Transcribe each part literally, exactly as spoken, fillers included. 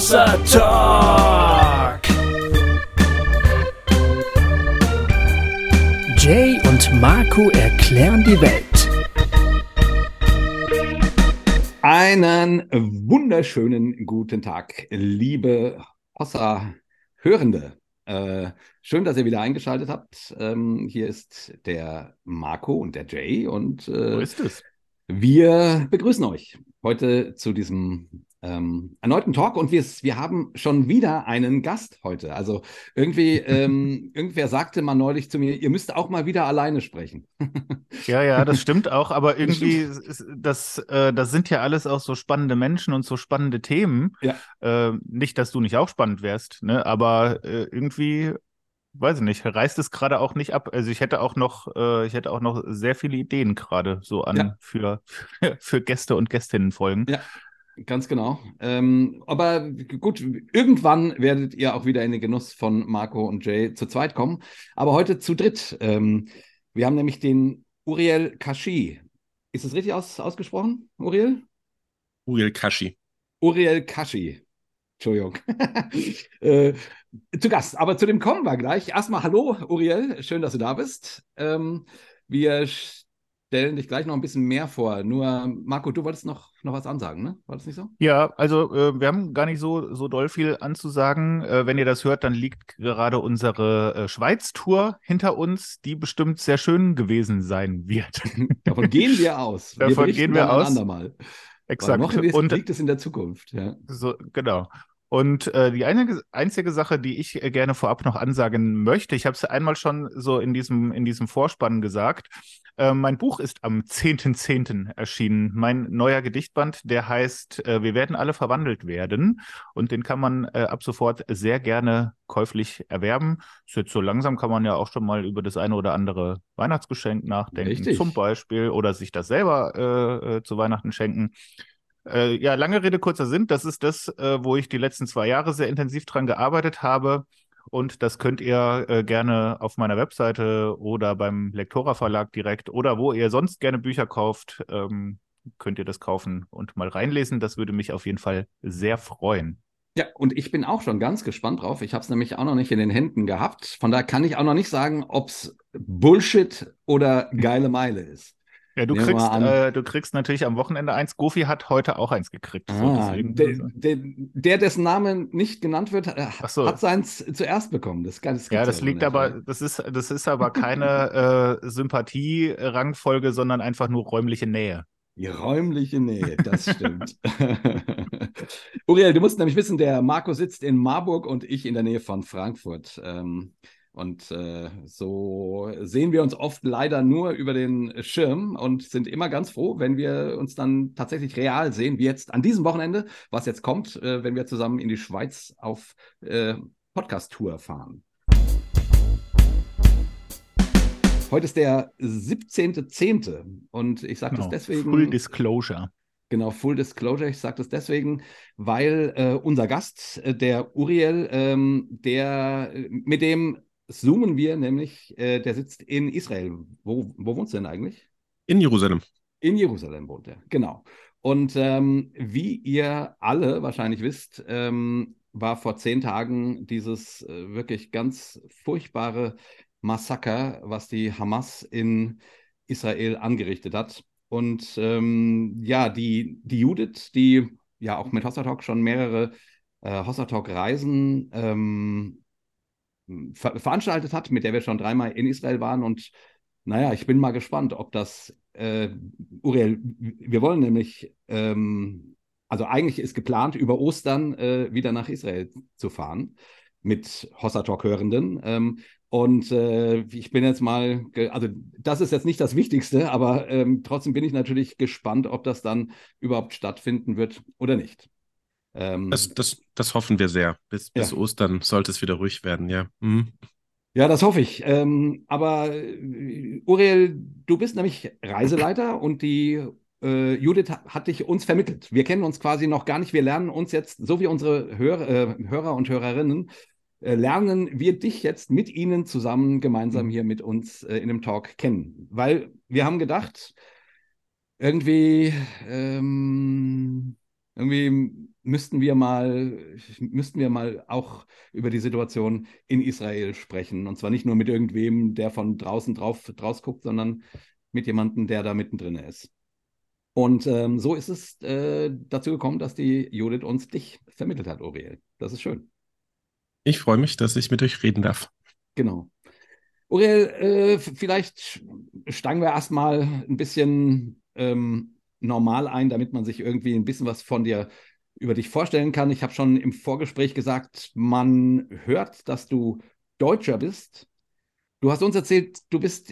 Wasser Talk. Jay und Marco erklären die Welt. Einen wunderschönen guten Tag, liebe Hossa-Hörende. Äh, schön, dass ihr wieder eingeschaltet habt. Ähm, hier ist der Marco und der Jay und äh, So ist es. wir begrüßen euch heute zu diesem ähm, erneuten Talk und wir, wir haben schon wieder einen Gast heute. Also irgendwie, ähm, irgendwer sagte mal neulich zu mir, ihr müsst auch mal wieder alleine sprechen. Ja, ja, das stimmt auch, aber Das irgendwie, stimmt. ist- das, äh, das sind ja alles auch so spannende Menschen und so spannende Themen. Ja. Äh, nicht, dass du nicht auch spannend wärst, ne? Aber äh, irgendwie, weiß ich nicht, reißt es gerade auch nicht ab. Also ich hätte auch noch, äh, ich hätte auch noch sehr viele Ideen gerade so an Ja. für, für Gäste und Gästinnenfolgen. Ja, ganz genau. Ähm, aber gut, irgendwann werdet ihr auch wieder in den Genuss von Marco und Jay zu zweit kommen. Aber heute zu dritt. Ähm, wir haben nämlich den Uriel Kashi. Ist es richtig aus, ausgesprochen, Uriel? Uriel Kashi. Uriel Kashi. Entschuldigung. äh, zu Gast. Aber zu dem kommen wir gleich. Erstmal hallo, Uriel. Schön, dass du da bist. Ähm, wir stellen dich gleich noch ein bisschen mehr vor. Nur, Marco, du wolltest noch, noch was ansagen, ne? War das nicht so? Ja, also äh, wir haben gar nicht so, so doll viel anzusagen. Äh, wenn ihr das hört, dann liegt gerade unsere äh, Schweiz-Tour hinter uns, die bestimmt sehr schön gewesen sein wird. Davon gehen wir aus. Wir Davon berichten gehen wir dann ein aus. andermal. Weil Exakt. noch ist, Und liegt es in der Zukunft. Ja. so, genau. Und äh, die einige, einzige Sache, die ich äh, gerne vorab noch ansagen möchte, ich habe es einmal schon so in diesem, in diesem Vorspann gesagt, äh, mein Buch ist am zehnten zehnten erschienen. Mein neuer Gedichtband, der heißt äh, Wir werden alle verwandelt werden. Und den kann man äh, ab sofort sehr gerne käuflich erwerben. Ist jetzt so langsam, kann man ja auch schon mal über das eine oder andere Weihnachtsgeschenk nachdenken, Richtig. zum Beispiel, oder sich das selber äh, äh, zu Weihnachten schenken. Äh, ja, lange Rede, kurzer Sinn. Das ist das, äh, wo ich die letzten zwei Jahre sehr intensiv dran gearbeitet habe. Und das könnt ihr äh, gerne auf meiner Webseite oder beim Lektora Verlag direkt oder wo ihr sonst gerne Bücher kauft, ähm, könnt ihr das kaufen und mal reinlesen. Das würde mich auf jeden Fall sehr freuen. Ja, und ich bin auch schon ganz gespannt drauf. Ich habe es nämlich auch noch nicht in den Händen gehabt. Von daher kann ich auch noch nicht sagen, ob es Bullshit oder geile Meile ist. Ja, du Nehmen wir mal kriegst, an. äh, du kriegst natürlich am Wochenende eins. Goofy hat heute auch eins gekriegt. So, Ah, deswegen, der, also, der, der, dessen Name nicht genannt wird, äh, ach so. hat seins zuerst bekommen. Das, kann- das Ja, gibt's das so liegt nicht, aber, ja. das ist, das ist aber keine äh, Sympathie-Rangfolge, sondern einfach nur räumliche Nähe. Die räumliche Nähe, das stimmt. Uriel, du musst nämlich wissen, der Marco sitzt in Marburg und ich in der Nähe von Frankfurt. Ähm, und äh, so sehen wir uns oft leider nur über den Schirm und sind immer ganz froh, wenn wir uns dann tatsächlich real sehen, wie jetzt an diesem Wochenende, was jetzt kommt, äh, wenn wir zusammen in die Schweiz auf äh, Podcast-Tour fahren. Heute ist der siebzehnte zehnte und ich sage das Genau. deswegen. Full Disclosure. Genau, Full Disclosure. Ich sage das deswegen, weil äh, unser Gast, äh, der Uriel, ähm, der, mit dem zoomen wir nämlich, äh, der sitzt in Israel. Wo, wo wohnst du denn eigentlich? In Jerusalem. In Jerusalem wohnt er, genau. Und ähm, wie ihr alle wahrscheinlich wisst, ähm, war vor zehn Tagen dieses äh, wirklich ganz furchtbare Massaker, was die Hamas in Israel angerichtet hat. Und ähm, ja, die, die Judith, die ja auch mit Hossa Talk schon mehrere äh, Hossa Talk-Reisen ähm, ver veranstaltet hat, mit der wir schon dreimal in Israel waren. Und naja, ich bin mal gespannt, ob das, äh, Uriel, wir wollen nämlich, ähm, also eigentlich ist geplant, über Ostern äh, wieder nach Israel zu fahren mit Hossa Talk-Hörenden. Ähm, und äh, ich bin jetzt mal, also das ist jetzt nicht das Wichtigste, aber ähm, trotzdem bin ich natürlich gespannt, ob das dann überhaupt stattfinden wird oder nicht. Ähm, Das, das, das hoffen wir sehr. Bis, bis ja. Ostern sollte es wieder ruhig werden, ja. Mhm. Ja, das hoffe ich. Ähm, aber äh, Uriel, du bist nämlich Reiseleiter und die äh, Judith hat, hat dich uns vermittelt. Wir kennen uns quasi noch gar nicht. Wir lernen uns jetzt, so wie unsere Hör, äh, Hörer und Hörerinnen, äh, lernen wir dich jetzt mit ihnen zusammen gemeinsam hier mit uns äh, in dem Talk kennen. Weil wir haben gedacht, irgendwie, ähm, Irgendwie müssten wir mal, müssten wir mal auch über die Situation in Israel sprechen. Und zwar nicht nur mit irgendwem, der von draußen drauf, draus guckt, sondern mit jemandem, der da mittendrin ist. Und ähm, so ist es äh, dazu gekommen, dass die Judith uns dich vermittelt hat, Uriel. Das ist schön. Ich freue mich, dass ich mit euch reden darf. Genau. Uriel, äh, vielleicht steigen wir erstmal ein bisschen ähm, normal ein, damit man sich irgendwie ein bisschen was von dir über dich vorstellen kann. Ich habe schon im Vorgespräch gesagt, man hört, dass du Deutscher bist. Du hast uns erzählt, du bist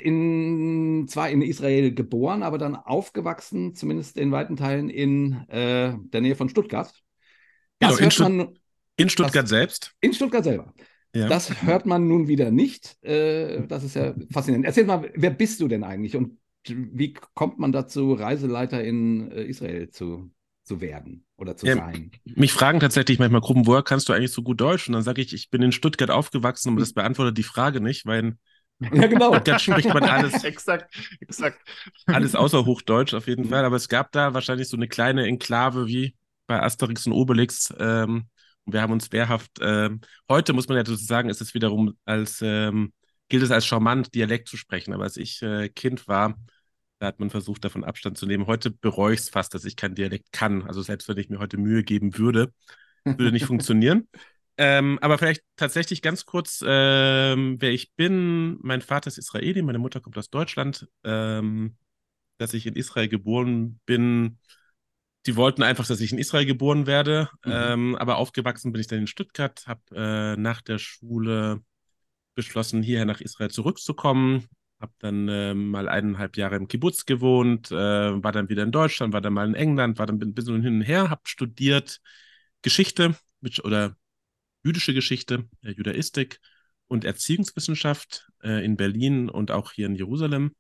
in, zwar in Israel geboren, aber dann aufgewachsen, zumindest in weiten Teilen in äh, der Nähe von Stuttgart. Genau, Das in, hört Stutt man in Stuttgart das, selbst. in Stuttgart selber. Ja. Das hört man nun wieder nicht. Äh, das ist ja faszinierend. Erzähl mal, wer bist du denn eigentlich und wie kommt man dazu, Reiseleiter in äh, Israel zu, zu werden oder zu Ja, sein? mich fragen tatsächlich manchmal Gruppen, woher kannst du eigentlich so gut Deutsch? Und dann sage ich, ich bin in Stuttgart aufgewachsen, aber das beantwortet die Frage nicht, weil Ja, in genau. Stuttgart spricht man alles, Exakt, exakt. alles außer Hochdeutsch auf jeden Mhm. Fall. Aber es gab da wahrscheinlich so eine kleine Enklave wie bei Asterix und Obelix. Ähm, und wir haben uns wehrhaft, ähm, heute muss man ja dazu sagen, ist es wiederum als, ähm, gilt es als charmant, Dialekt zu sprechen. Aber als ich äh, Kind war, da hat man versucht, davon Abstand zu nehmen. Heute bereue ich es fast, dass ich kein Dialekt kann. Also selbst wenn ich mir heute Mühe geben würde, würde nicht funktionieren. Ähm, aber vielleicht tatsächlich ganz kurz, ähm, wer ich bin. Mein Vater ist Israeli, meine Mutter kommt aus Deutschland. Ähm, dass ich in Israel geboren bin, die wollten einfach, dass ich in Israel geboren werde. Mhm. Ähm, aber aufgewachsen bin ich dann in Stuttgart, habe äh, nach der Schule beschlossen, hierher nach Israel zurückzukommen. Habe dann äh, mal eineinhalb Jahre im Kibbutz gewohnt, äh, war dann wieder in Deutschland, war dann mal in England, war dann ein bisschen hin und her, habe studiert Geschichte mit, oder jüdische Geschichte, äh, Judaistik und Erziehungswissenschaft äh, in Berlin und auch hier in Jerusalem.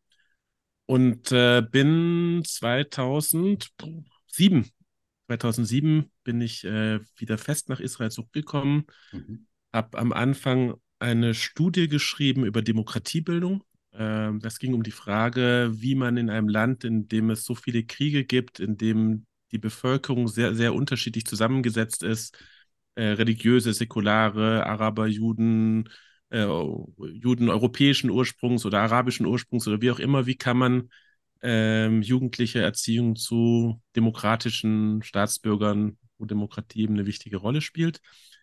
Und äh, bin zweitausendsieben, zweitausendsieben bin ich äh, wieder fest nach Israel zurückgekommen, Mhm. habe am Anfang eine Studie geschrieben über Demokratiebildung. Ähm, das ging um die Frage, wie man in einem Land, in dem es so viele Kriege gibt, in dem die Bevölkerung sehr, sehr unterschiedlich zusammengesetzt ist, äh, religiöse, säkulare, Araber, Juden, äh, Juden europäischen Ursprungs oder arabischen Ursprungs oder wie auch immer, wie kann man ähm, jugendliche Erziehung zu demokratischen Staatsbürgern, wo Demokratie eben eine wichtige Rolle spielt.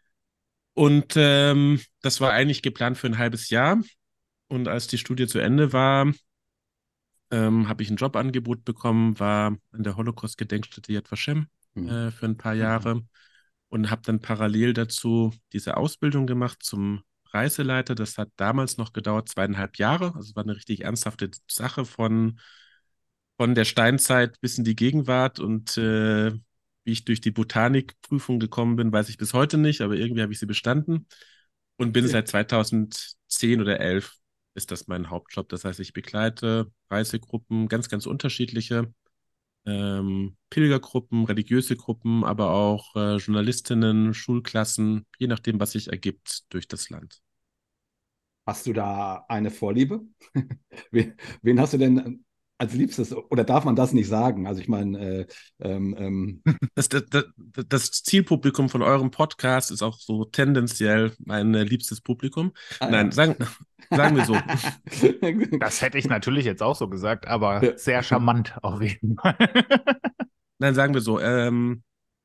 Und ähm, das war eigentlich geplant für ein halbes Jahr. Und als die Studie zu Ende war, ähm, habe ich ein Jobangebot bekommen, war an der Holocaust-Gedenkstätte Yad Vashem Mhm. äh, für ein paar Mhm. Jahre und habe dann parallel dazu diese Ausbildung gemacht zum Reiseleiter. Das hat damals noch gedauert, zweieinhalb Jahre. Also es war eine richtig ernsthafte Sache von, von der Steinzeit bis in die Gegenwart. Und äh, wie ich durch die Botanikprüfung gekommen bin, weiß ich bis heute nicht, aber irgendwie habe ich sie bestanden und bin seit zweitausendzehn oder elf ist das mein Hauptjob. Das heißt, ich begleite Reisegruppen, ganz, ganz unterschiedliche ähm, Pilgergruppen, religiöse Gruppen, aber auch äh, Journalistinnen, Schulklassen, je nachdem, was sich ergibt durch das Land. Hast du da eine Vorliebe? Wen, wen hast du denn als Liebstes? Oder darf man das nicht sagen? Also ich meine, äh, ähm, ähm, Das, das, das, das Zielpublikum von eurem Podcast ist auch so tendenziell mein äh, liebstes Publikum. ah, Nein, ja. sagen, sagen wir so. Das hätte ich natürlich jetzt auch so gesagt, aber Ja. sehr charmant auf jeden Fall. Nein, sagen wir so. Ähm,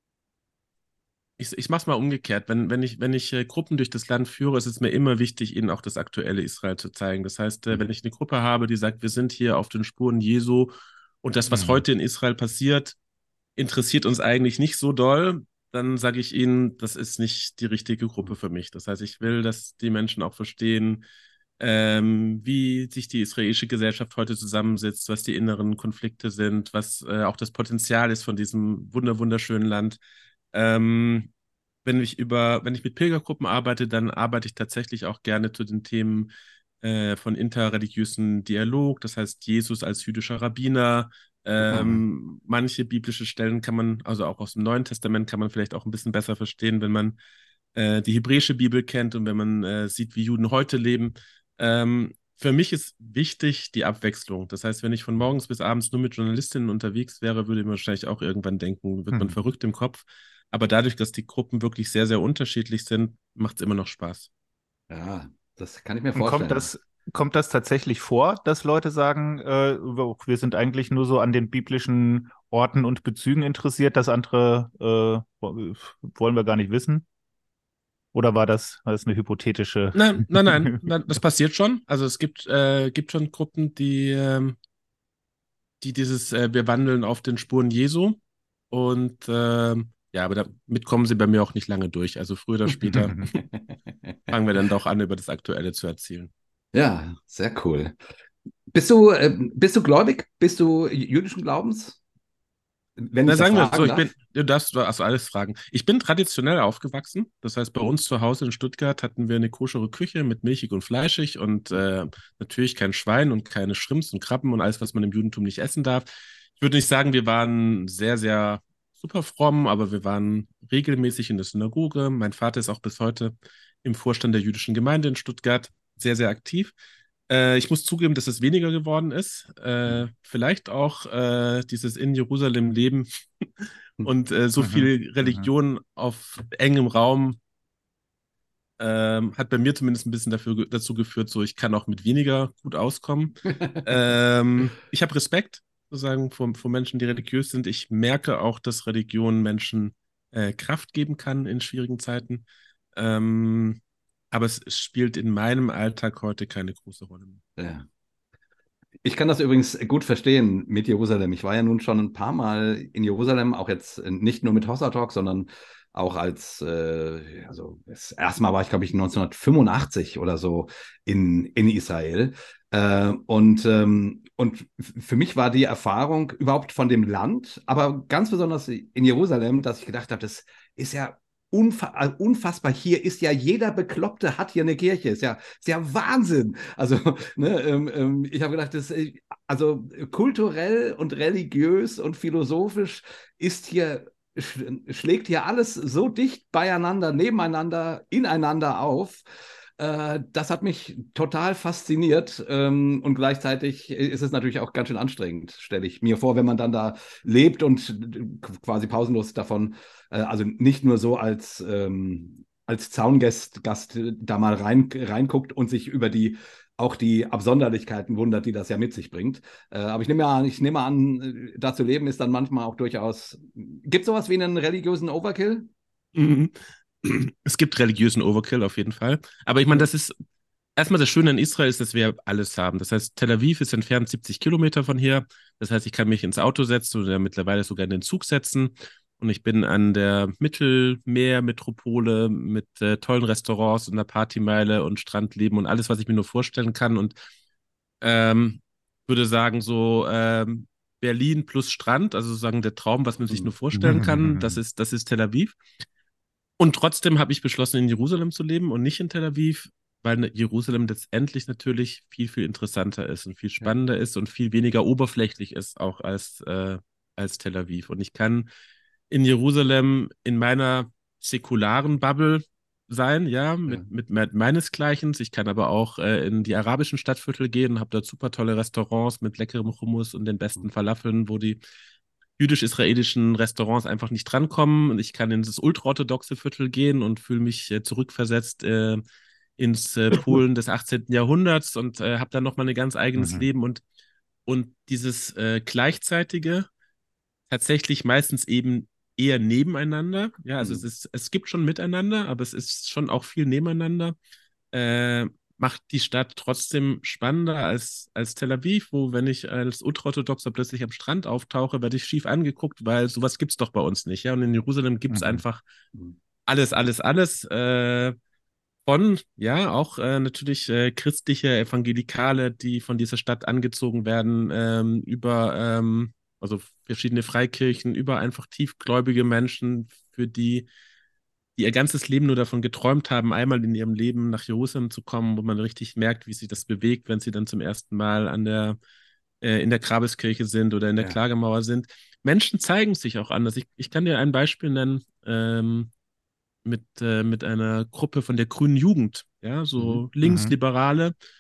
ich ich mache es mal umgekehrt. Wenn, wenn ich, wenn ich äh, Gruppen durch das Land führe, ist es mir immer wichtig, ihnen auch das aktuelle Israel zu zeigen. Das heißt, äh, wenn ich eine Gruppe habe, die sagt, wir sind hier auf den Spuren Jesu und das, was Mhm. heute in Israel passiert, interessiert uns eigentlich nicht so doll, dann sage ich ihnen, das ist nicht die richtige Gruppe für mich. Das heißt, ich will, dass die Menschen auch verstehen, ähm, wie sich die israelische Gesellschaft heute zusammensetzt, was die inneren Konflikte sind, was äh, auch das Potenzial ist von diesem wunder wunderschönen Land. Ähm, wenn ich über, wenn ich mit Pilgergruppen arbeite, dann arbeite ich tatsächlich auch gerne zu den Themen äh, von interreligiösen Dialog, das heißt Jesus als jüdischer Rabbiner. Ähm, manche biblische Stellen kann man, also auch aus dem Neuen Testament, kann man vielleicht auch ein bisschen besser verstehen, wenn man äh, die hebräische Bibel kennt und wenn man äh, sieht, wie Juden heute leben. Ähm, für mich ist wichtig die Abwechslung. Das heißt, wenn ich von morgens bis abends nur mit Journalistinnen unterwegs wäre, würde man wahrscheinlich auch irgendwann denken, wird man Mhm. verrückt im Kopf. Aber dadurch, dass die Gruppen wirklich sehr, sehr unterschiedlich sind, macht es immer noch Spaß. Ja, das kann ich mir Und kommt vorstellen. das, kommt das tatsächlich vor, dass Leute sagen, äh, wir wir sind eigentlich nur so an den biblischen Orten und Bezügen interessiert, das andere äh, wo- wollen wir gar nicht wissen? Oder war das, war das eine hypothetische? Nein, nein, nein, nein, das passiert schon. Also es gibt, äh, gibt schon Gruppen, die, ähm, die dieses äh, Wir wandeln auf den Spuren Jesu. Und ähm, ja, aber damit kommen sie bei mir auch nicht lange durch. Also früher oder später fangen wir dann doch an, über das Aktuelle zu erzählen. Ja, sehr cool. Bist du, äh, bist du gläubig? Bist du jüdischen Glaubens? Wenn Na, ich das sagen wir so, fragen ich bin, darf. du darfst also alles fragen. Ich bin traditionell aufgewachsen. Das heißt, bei Mhm. uns zu Hause in Stuttgart hatten wir eine koschere Küche mit milchig und fleischig und äh, natürlich kein Schwein und keine Shrimps und Krabben und alles, was man im Judentum nicht essen darf. Ich würde nicht sagen, wir waren sehr, sehr super fromm, aber wir waren regelmäßig in der Synagoge. Mein Vater ist auch bis heute im Vorstand der jüdischen Gemeinde in Stuttgart sehr, sehr aktiv. Äh, ich muss zugeben, dass es weniger geworden ist. Äh, vielleicht auch äh, dieses in Jerusalem leben und äh, so Mhm. viel Mhm. Religion auf engem Raum ähm, hat bei mir zumindest ein bisschen dafür, ge- dazu geführt, so ich kann auch mit weniger gut auskommen. Ähm, ich habe Respekt sozusagen vor, vor Menschen, die religiös sind. Ich merke auch, dass Religion Menschen äh, Kraft geben kann in schwierigen Zeiten. Ähm, aber es spielt in meinem Alltag heute keine große Rolle mehr. Ja. Ich kann das übrigens gut verstehen mit Jerusalem. Ich war ja nun schon ein paar Mal in Jerusalem, auch jetzt nicht nur mit Hossa Talk, sondern auch als, äh, also das erste Mal war ich, glaube ich, neunzehnhundertfünfundachtzig oder so in, in Israel. Äh, und, ähm, und für mich war die Erfahrung überhaupt von dem Land, aber ganz besonders in Jerusalem, dass ich gedacht habe, das ist ja unfa äh, unfassbar. Hier ist ja jeder Bekloppte, hat hier eine Kirche. Ist ja, ist ja Wahnsinn. Also, ne, ähm, ähm, ich habe gedacht, das, äh, also kulturell und religiös und philosophisch ist hier, sch schlägt hier alles so dicht beieinander, nebeneinander, ineinander auf. Äh, das hat mich total fasziniert, ähm, und gleichzeitig ist es natürlich auch ganz schön anstrengend, stelle ich mir vor, wenn man dann da lebt und äh, quasi pausenlos davon, äh, also nicht nur so als, ähm, als Zaungast Gast da mal rein, reinguckt und sich über die auch die Absonderlichkeiten wundert, die das ja mit sich bringt. Äh, aber ich nehme an, ich nehme an, äh, da zu leben ist dann manchmal auch durchaus. Gibt es sowas wie einen religiösen Overkill? Mhm. Es gibt religiösen Overkill auf jeden Fall. Aber ich meine, Ja. das ist erstmal das Schöne in Israel ist, dass wir alles haben. Das heißt, Tel Aviv ist entfernt siebzig Kilometer von hier. Das heißt, ich kann mich ins Auto setzen oder mittlerweile sogar in den Zug setzen. Und ich bin an der Mittelmeermetropole mit äh, tollen Restaurants und einer Partymeile und Strandleben und alles, was ich mir nur vorstellen kann. Und ähm, würde sagen, so ähm, Berlin plus Strand, also sozusagen der Traum, was man sich nur vorstellen kann, das ist, das ist Tel Aviv. Und trotzdem habe ich beschlossen, in Jerusalem zu leben und nicht in Tel Aviv, weil ne- Jerusalem letztendlich natürlich viel, viel interessanter ist und viel Ja. spannender ist und viel weniger oberflächlich ist auch als, äh, als Tel Aviv. Und ich kann in Jerusalem in meiner säkularen Bubble sein, ja, Ja. mit, mit, mit meinesgleichen. Ich kann aber auch äh, in die arabischen Stadtviertel gehen, habe dort super tolle Restaurants mit leckerem Hummus und den besten Falafeln, wo die jüdisch-israelischen Restaurants einfach nicht drankommen. Und ich kann in das ultraorthodoxe Viertel gehen und fühle mich äh, zurückversetzt äh, ins äh, Polen des achtzehnten. Jahrhunderts und äh, habe dann nochmal ein ganz eigenes Mhm. Leben und, und dieses äh, gleichzeitige tatsächlich meistens eben eher nebeneinander. Ja, also es Mhm. ist, es gibt schon miteinander, aber es ist schon auch viel nebeneinander. Äh, macht die Stadt trotzdem spannender als, als Tel Aviv, wo, wenn ich als Ultraorthodoxer plötzlich am Strand auftauche, werde ich schief angeguckt, weil sowas gibt es doch bei uns nicht. Ja, und in Jerusalem gibt es Mhm. einfach Mhm. alles, alles, alles. Äh, von, ja, auch äh, natürlich äh, christliche Evangelikale, die von dieser Stadt angezogen werden, ähm, über ähm, also verschiedene Freikirchen, über einfach tiefgläubige Menschen, für die, die ihr ganzes Leben nur davon geträumt haben, einmal in ihrem Leben nach Jerusalem zu kommen, wo man richtig merkt, wie sich das bewegt, wenn sie dann zum ersten Mal an der, äh, in der Grabeskirche sind oder in der Ja. Klagemauer sind. Menschen zeigen sich auch anders. Ich, ich kann dir ein Beispiel nennen. Ähm, mit, äh, mit einer Gruppe von der Grünen Jugend, ja, Mhm. so Mhm. Linksliberale,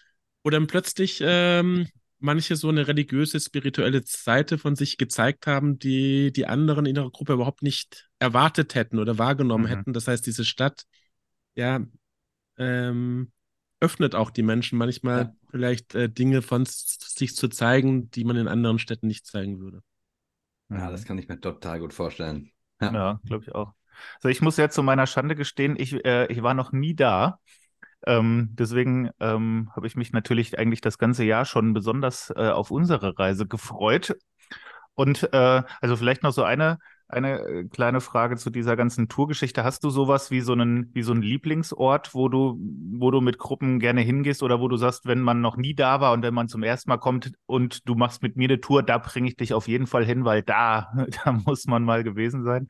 Wo dann plötzlich ähm, manche so eine religiöse, spirituelle Seite von sich gezeigt haben, die die anderen in ihrer Gruppe überhaupt nicht erwartet hätten oder wahrgenommen Mhm. hätten. Das heißt, diese Stadt, ja, ähm, öffnet auch die Menschen manchmal Ja. vielleicht äh, Dinge von s- sich zu zeigen, die man in anderen Städten nicht zeigen würde. Ja, das Mhm. kann ich mir total gut vorstellen. Ja. Ja, glaube ich auch. Also ich muss ja zu meiner Schande gestehen, ich, äh, ich war noch nie da. Ähm, deswegen ähm, habe ich mich natürlich eigentlich das ganze Jahr schon besonders äh, auf unsere Reise gefreut. Und äh, also vielleicht noch so eine, eine äh, kleine Frage zu dieser ganzen Tourgeschichte. Hast du sowas wie so einen, wie so einen Lieblingsort, wo du, wo du mit Gruppen gerne hingehst oder wo du sagst, wenn man noch nie da war und wenn man zum ersten Mal kommt und du machst mit mir eine Tour, da bringe ich dich auf jeden Fall hin, weil da, da muss man mal gewesen sein.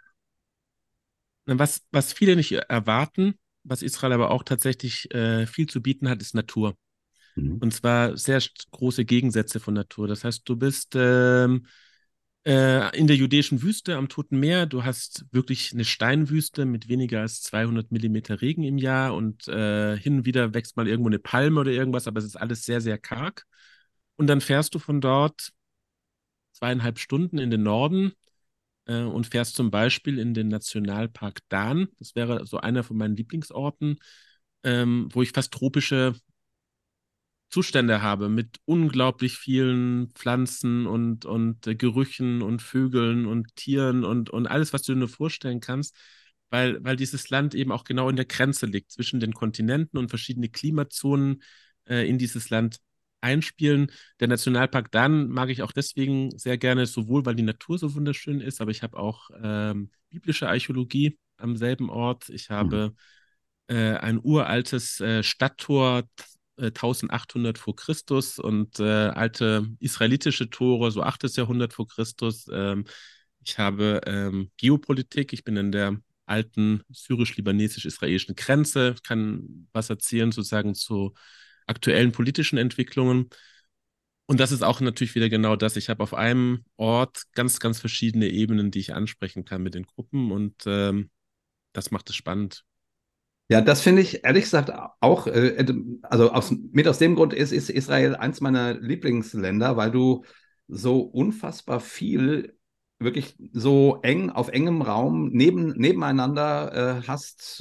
Was, was viele nicht erwarten, was Israel aber auch tatsächlich äh, viel zu bieten hat, ist Natur. Mhm. Und zwar sehr st- große Gegensätze von Natur. Das heißt, du bist ähm, äh, in der jüdischen Wüste am Toten Meer. Du hast wirklich eine Steinwüste mit weniger als zweihundert Millimeter Regen im Jahr und äh, hin und wieder wächst mal irgendwo eine Palme oder irgendwas, aber es ist alles sehr, sehr karg. Und dann fährst du von dort zweieinhalb Stunden in den Norden äh, und fährst zum Beispiel in den Nationalpark Dan. Das wäre so einer von meinen Lieblingsorten, ähm, wo ich fast tropische Zustände habe mit unglaublich vielen Pflanzen und, und äh, Gerüchen und Vögeln und Tieren und, und alles, was du dir nur vorstellen kannst, weil, weil dieses Land eben auch genau in der Grenze liegt zwischen den Kontinenten und verschiedene Klimazonen äh, in dieses Land einspielen. Der Nationalpark Dan mag ich auch deswegen sehr gerne, sowohl weil die Natur so wunderschön ist, aber ich habe auch ähm, biblische Archäologie am selben Ort. Ich Mhm. habe äh, ein uraltes äh, Stadttor, äh, eintausendachthundert vor Christus und äh, alte israelitische Tore, so achtes Jahrhundert vor Christus. Ähm, ich habe ähm, Geopolitik, ich bin in der alten syrisch-libanesisch-israelischen Grenze, ich kann was erzählen sozusagen zu aktuellen politischen Entwicklungen. Und das ist auch natürlich wieder genau das. Ich habe auf einem Ort ganz, ganz verschiedene Ebenen, die ich ansprechen kann mit den Gruppen und ähm, das macht es spannend. Ja, das finde ich ehrlich gesagt auch, äh, also aus, mit aus dem Grund ist, ist Israel eins meiner Lieblingsländer, weil du so unfassbar viel wirklich so eng auf engem Raum neben, nebeneinander äh, hast.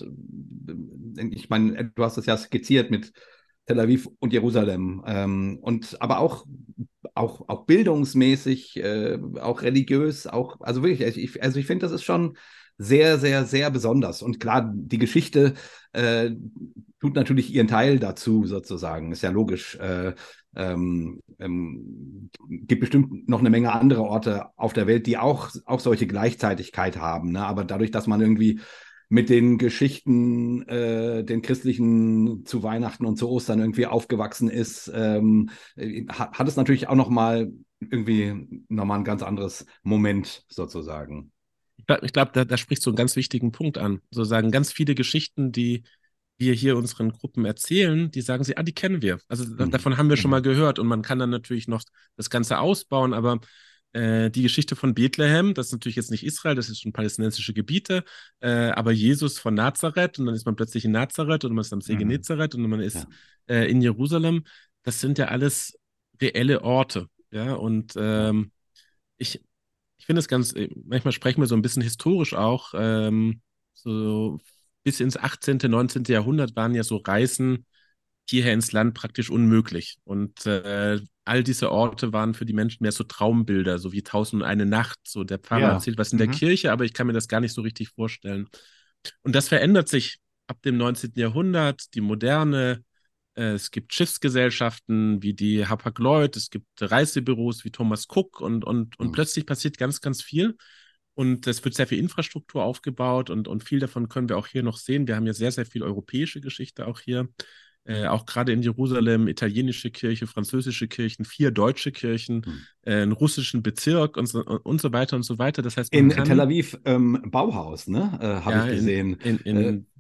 Ich meine, du hast es ja skizziert mit Tel Aviv und Jerusalem. Ähm, und aber auch, auch, auch bildungsmäßig, äh, auch religiös, auch, also wirklich, ich, also ich finde, das ist schon sehr, sehr, sehr besonders. Und klar, die Geschichte äh, tut natürlich ihren Teil dazu, sozusagen. Ist ja logisch. Äh, ähm, ähm, gibt bestimmt noch eine Menge andere Orte auf der Welt, die auch, auch solche Gleichzeitigkeit haben. Ne? Aber dadurch, dass man irgendwie mit den Geschichten, äh, den christlichen zu Weihnachten und zu Ostern irgendwie aufgewachsen ist, ähm, äh, hat, hat es natürlich auch noch mal irgendwie nochmal ein ganz anderes Moment sozusagen. Ich glaube, glaub, da, da sprichst du einen ganz wichtigen Punkt an. Sozusagen ganz viele Geschichten, die wir hier unseren Gruppen erzählen, die sagen sie, ah, die kennen wir. Also da, Mhm. davon haben wir schon mal Mhm. gehört und man kann dann natürlich noch das Ganze ausbauen, aber äh, die Geschichte von Bethlehem, das ist natürlich jetzt nicht Israel, das ist schon palästinensische Gebiete, äh, aber Jesus von Nazareth und dann ist man plötzlich in Nazareth und man ist am See Mhm. Genezareth und man ist Ja. äh, in Jerusalem. Das sind ja alles reelle Orte. Ja, und Ja. ähm, ich, ich finde es ganz, äh, manchmal sprechen wir so ein bisschen historisch auch, ähm, so bis ins achtzehnten., neunzehnten. Jahrhundert waren ja so Reisen hierher ins Land praktisch unmöglich. Und äh, all diese Orte waren für die Menschen mehr so Traumbilder, so wie Tausend und eine Nacht. So der Pfarrer Ja. erzählt was in der Mhm. Kirche, aber ich kann mir das gar nicht so richtig vorstellen. Und das verändert sich ab dem neunzehnten. Jahrhundert, die Moderne. Äh, es gibt Schiffsgesellschaften wie die Hapag-Lloyd, es gibt Reisebüros wie Thomas Cook und, und, und Mhm. plötzlich passiert ganz, ganz viel. Und es wird sehr viel Infrastruktur aufgebaut und, und viel davon können wir auch hier noch sehen. Wir haben ja sehr, sehr viel europäische Geschichte auch hier. Äh, auch gerade in Jerusalem, italienische Kirche, französische Kirchen, vier deutsche Kirchen, Mhm. äh, einen russischen Bezirk und so, und so weiter und so weiter. Das heißt, man In Tel kann Aviv ähm, Bauhaus, ne, äh, habe ich ja in, gesehen. in, Äh, in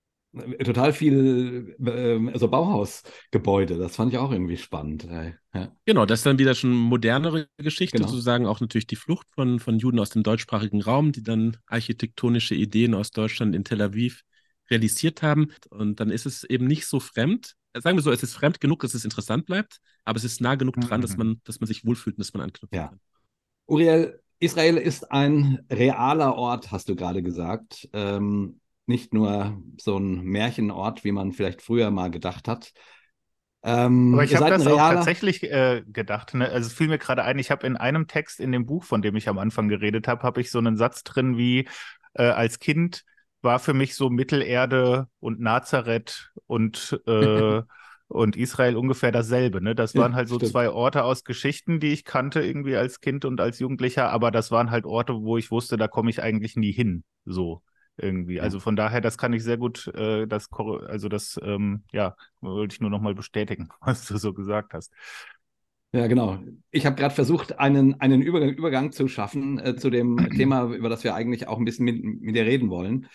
total viel, äh, also Bauhausgebäude, das fand ich auch irgendwie spannend. Äh, ja, Genau, das ist dann wieder schon modernere Geschichte, genau. sozusagen auch natürlich die Flucht von, von Juden aus dem deutschsprachigen Raum, die dann architektonische Ideen aus Deutschland in Tel Aviv realisiert haben. Und dann ist es eben nicht so fremd, sagen wir so, es ist fremd genug, dass es interessant bleibt, aber es ist nah genug dran, dass Mhm. man, dass man sich wohlfühlt und dass man anknüpfen Ja. kann. Uriel, Israel ist ein realer Ort, hast du gerade gesagt. Ähm, nicht nur so ein Märchenort, wie man vielleicht früher mal gedacht hat. Aber Ähm, ich ihr habe seid ein das auch realer. tatsächlich äh, gedacht. Ne? Also es fiel mir gerade ein, ich habe in einem Text in dem Buch, von dem ich am Anfang geredet habe, habe ich so einen Satz drin wie, äh, als Kind war für mich so Mittelerde und Nazareth und, äh, und Israel ungefähr dasselbe. Ne? Das Ja, waren halt so stimmt. zwei Orte aus Geschichten, die ich kannte irgendwie als Kind und als Jugendlicher, aber das waren halt Orte, wo ich wusste, da komme ich eigentlich nie hin. So. Irgendwie. Ja. Also von daher, das kann ich sehr gut, äh, das, korre- also das, ähm, ja, wollte ich nur noch mal bestätigen, was du so gesagt hast. Ja, genau. Ich habe gerade versucht, einen, einen Übergang, Übergang zu schaffen äh, zu dem Thema, über das wir eigentlich auch ein bisschen mit, mit dir reden wollen.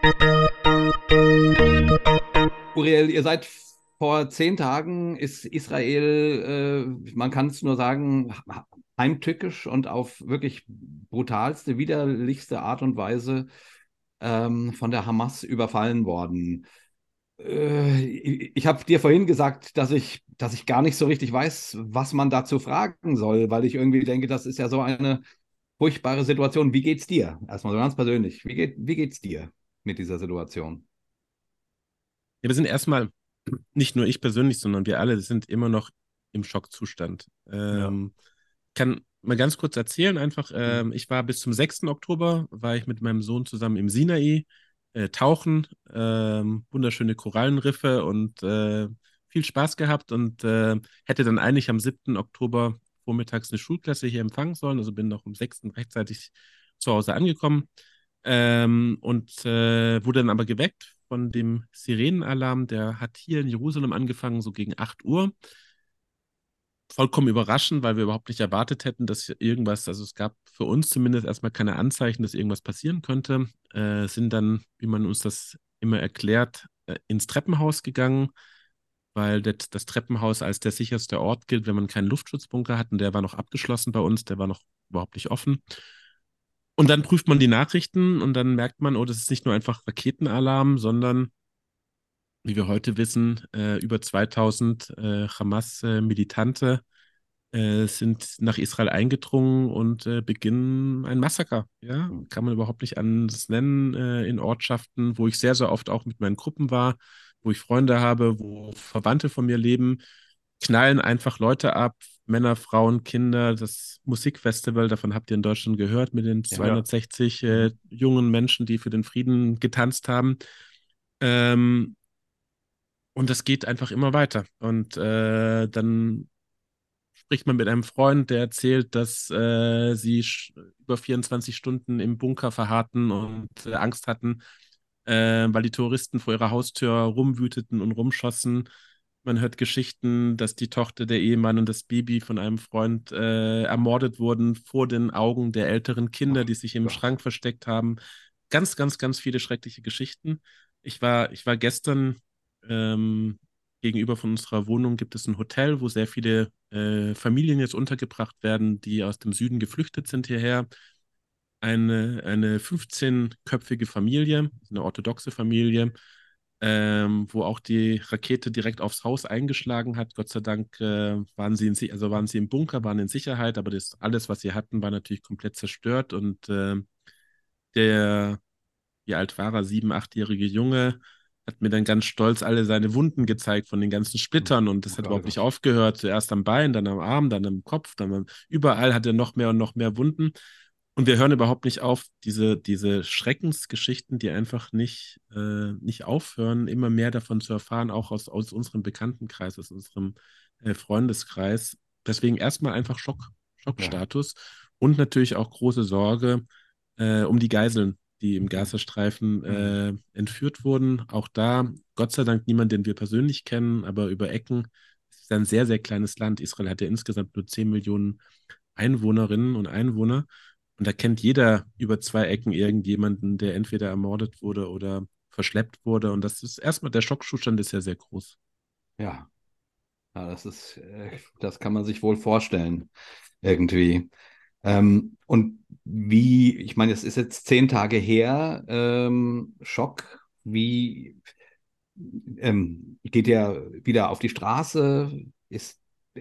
Uriel, ihr seid vor zehn Tagen, ist Israel, äh, man kann es nur sagen, heimtückisch und auf wirklich brutalste, widerlichste Art und Weise ähm, von der Hamas überfallen worden. Äh, ich ich habe dir vorhin gesagt, dass ich, dass ich gar nicht so richtig weiß, was man dazu fragen soll, weil ich irgendwie denke, das ist ja so eine furchtbare Situation. Wie geht's dir? Erstmal so ganz persönlich. Wie geht, wie geht's dir mit dieser Situation? Ja, wir sind erstmal, nicht nur ich persönlich, sondern wir alle sind immer noch im Schockzustand. Ja. Ähm, kann mal ganz kurz erzählen, einfach, Mhm. ähm, ich war bis zum sechsten Oktober, war ich mit meinem Sohn zusammen im Sinai, äh, tauchen, ähm, wunderschöne Korallenriffe und äh, viel Spaß gehabt und äh, hätte dann eigentlich am siebten Oktober vormittags eine Schulklasse hier empfangen sollen, also bin noch am sechsten rechtzeitig zu Hause angekommen ähm, und äh, wurde dann aber geweckt von dem Sirenenalarm, der hat hier in Jerusalem angefangen, so gegen acht Uhr. Vollkommen überraschend, weil wir überhaupt nicht erwartet hätten, dass hier irgendwas, also es gab für uns zumindest erstmal keine Anzeichen, dass irgendwas passieren könnte. Äh, sind dann, wie man uns das immer erklärt, äh, ins Treppenhaus gegangen, weil das, das Treppenhaus als der sicherste Ort gilt, wenn man keinen Luftschutzbunker hat. Und der war noch abgeschlossen bei uns, der war noch überhaupt nicht offen. Und dann prüft man die Nachrichten und dann merkt man, oh, das ist nicht nur einfach Raketenalarm, sondern, wie wir heute wissen, äh, über zweitausend äh, Hamas-Militante äh, sind nach Israel eingedrungen und äh, beginnen ein Massaker. Ja, Hm. kann man überhaupt nicht anders nennen, äh, in Ortschaften, wo ich sehr, sehr oft auch mit meinen Gruppen war, wo ich Freunde habe, wo Verwandte von mir leben, knallen einfach Leute ab, Männer, Frauen, Kinder, das Musikfestival, davon habt ihr in Deutschland gehört, mit den Ja. Ja. zweihundertsechzig äh, Mhm. jungen Menschen, die für den Frieden getanzt haben. Ähm, und das geht einfach immer weiter. Und äh, dann spricht man mit einem Freund, der erzählt, dass äh, sie sch- über vierundzwanzig Stunden im Bunker verharrten und äh, Angst hatten, äh, weil die Touristen vor ihrer Haustür rumwüteten und rumschossen. Man hört Geschichten, dass die Tochter, der Ehemann und das Baby von einem Freund äh, ermordet wurden vor den Augen der älteren Kinder, Oh die sich im Gott. Schrank versteckt haben. Ganz, ganz, ganz viele schreckliche Geschichten. Ich war, ich war gestern ähm, gegenüber von unserer Wohnung gibt es ein Hotel, wo sehr viele äh, Familien jetzt untergebracht werden, die aus dem Süden geflüchtet sind hierher. Eine, eine fünfzehnköpfige Familie, eine orthodoxe Familie, ähm, wo auch die Rakete direkt aufs Haus eingeschlagen hat. Gott sei Dank äh, waren sie in, Si- also waren sie im Bunker, waren in Sicherheit, aber das alles, was sie hatten, war natürlich komplett zerstört. Und äh, der, wie alt war er, sieben, achtjährige Junge, hat mir dann ganz stolz alle seine Wunden gezeigt von den ganzen Hm. Splittern und Oh das hat Gott, oh überhaupt nicht Gott. aufgehört. Zuerst am Bein, dann am Arm, dann am Kopf, dann am, überall hat er noch mehr und noch mehr Wunden. Und wir hören überhaupt nicht auf, diese, diese Schreckensgeschichten, die einfach nicht, äh, nicht aufhören, immer mehr davon zu erfahren, auch aus, aus unserem Bekanntenkreis, aus unserem äh, Freundeskreis. Deswegen erstmal einfach Schock, Ja. Schockstatus und natürlich auch große Sorge äh, um die Geiseln, die im Gazastreifen Mhm. äh, entführt wurden. Auch da, Gott sei Dank, niemand, den wir persönlich kennen, aber über Ecken. Es ist ein sehr, sehr kleines Land. Israel hat ja insgesamt nur zehn Millionen Einwohnerinnen und Einwohner. Und da kennt jeder über zwei Ecken irgendjemanden, der entweder ermordet wurde oder verschleppt wurde. Und das ist erstmal, der Schockzustand ist ja sehr groß. Ja. Ja, das ist, äh, das kann man sich wohl vorstellen, irgendwie. Ähm, und wie, ich meine, es ist jetzt zehn Tage her, ähm, Schock. Wie, ähm, geht ihr wieder auf die Straße? Ist,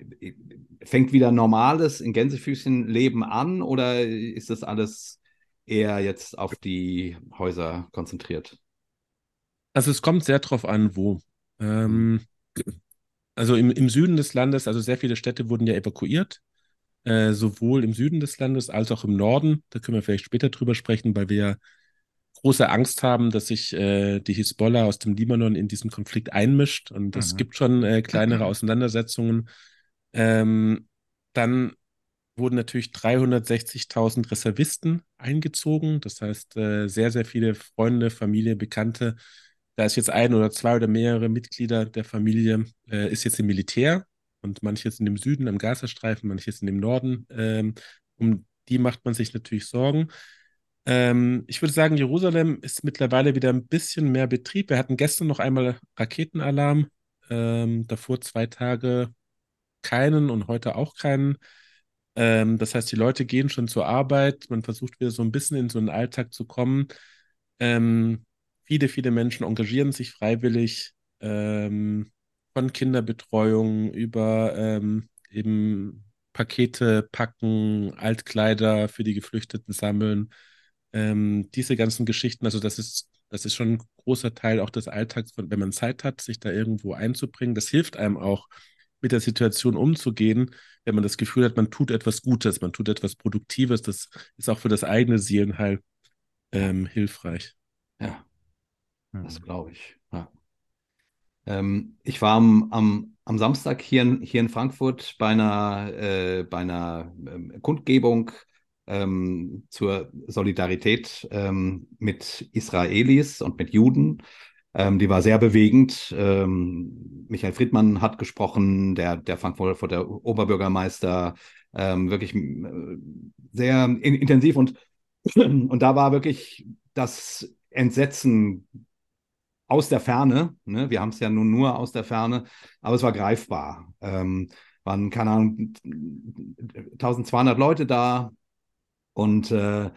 fängt wieder normales in Gänsefüßchen Leben an oder ist das alles eher jetzt auf die Häuser konzentriert? Also es kommt sehr drauf an, wo. Hm. Ähm, also im, im Süden des Landes, also sehr viele Städte wurden ja evakuiert, äh, sowohl im Süden des Landes als auch im Norden. Da können wir vielleicht später drüber sprechen, weil wir ja große Angst haben, dass sich äh, die Hisbollah aus dem Libanon in diesen Konflikt einmischt. Und es Mhm. gibt schon äh, kleinere Auseinandersetzungen. Ähm, Dann wurden natürlich dreihundertsechzigtausend Reservisten eingezogen. Das heißt, äh, sehr, sehr viele Freunde, Familie, Bekannte. Da ist jetzt ein oder zwei oder mehrere Mitglieder der Familie, äh, ist jetzt im Militär und manche sind im Süden, am Gazastreifen, manche sind im Norden. Ähm, um die macht man sich natürlich Sorgen. Ähm, ich würde sagen, Jerusalem ist mittlerweile wieder ein bisschen mehr Betrieb. Wir hatten gestern noch einmal Raketenalarm, ähm, davor zwei Tage keinen und heute auch keinen. Ähm, das heißt, die Leute gehen schon zur Arbeit, man versucht wieder so ein bisschen in so einen Alltag zu kommen. Ähm, Viele, viele Menschen engagieren sich freiwillig, ähm, von Kinderbetreuung über ähm, eben Pakete packen, Altkleider für die Geflüchteten sammeln, ähm, diese ganzen Geschichten. Also das ist, das ist schon ein großer Teil auch des Alltags, von, wenn man Zeit hat, sich da irgendwo einzubringen. Das hilft einem auch, mit der Situation umzugehen, wenn man das Gefühl hat, man tut etwas Gutes, man tut etwas Produktives. Das ist auch für das eigene Seelenheil Ja, ähm, hilfreich. ja, das Mhm. glaube ich. Ja. Ähm, ich war am, am, am Samstag hier in, hier in Frankfurt bei einer, äh, bei einer ähm, Kundgebung ähm, zur Solidarität ähm, mit Israelis und mit Juden. Ähm, die war sehr bewegend. Ähm, Michael Friedmann hat gesprochen, der, der Frankfurter Oberbürgermeister, ähm, wirklich äh, sehr in, intensiv und, und da war wirklich das Entsetzen aus der Ferne, ne? Wir haben es ja nun nur aus der Ferne, aber es war greifbar. Ähm, waren, keine Ahnung, eintausendzweihundert Leute da und äh,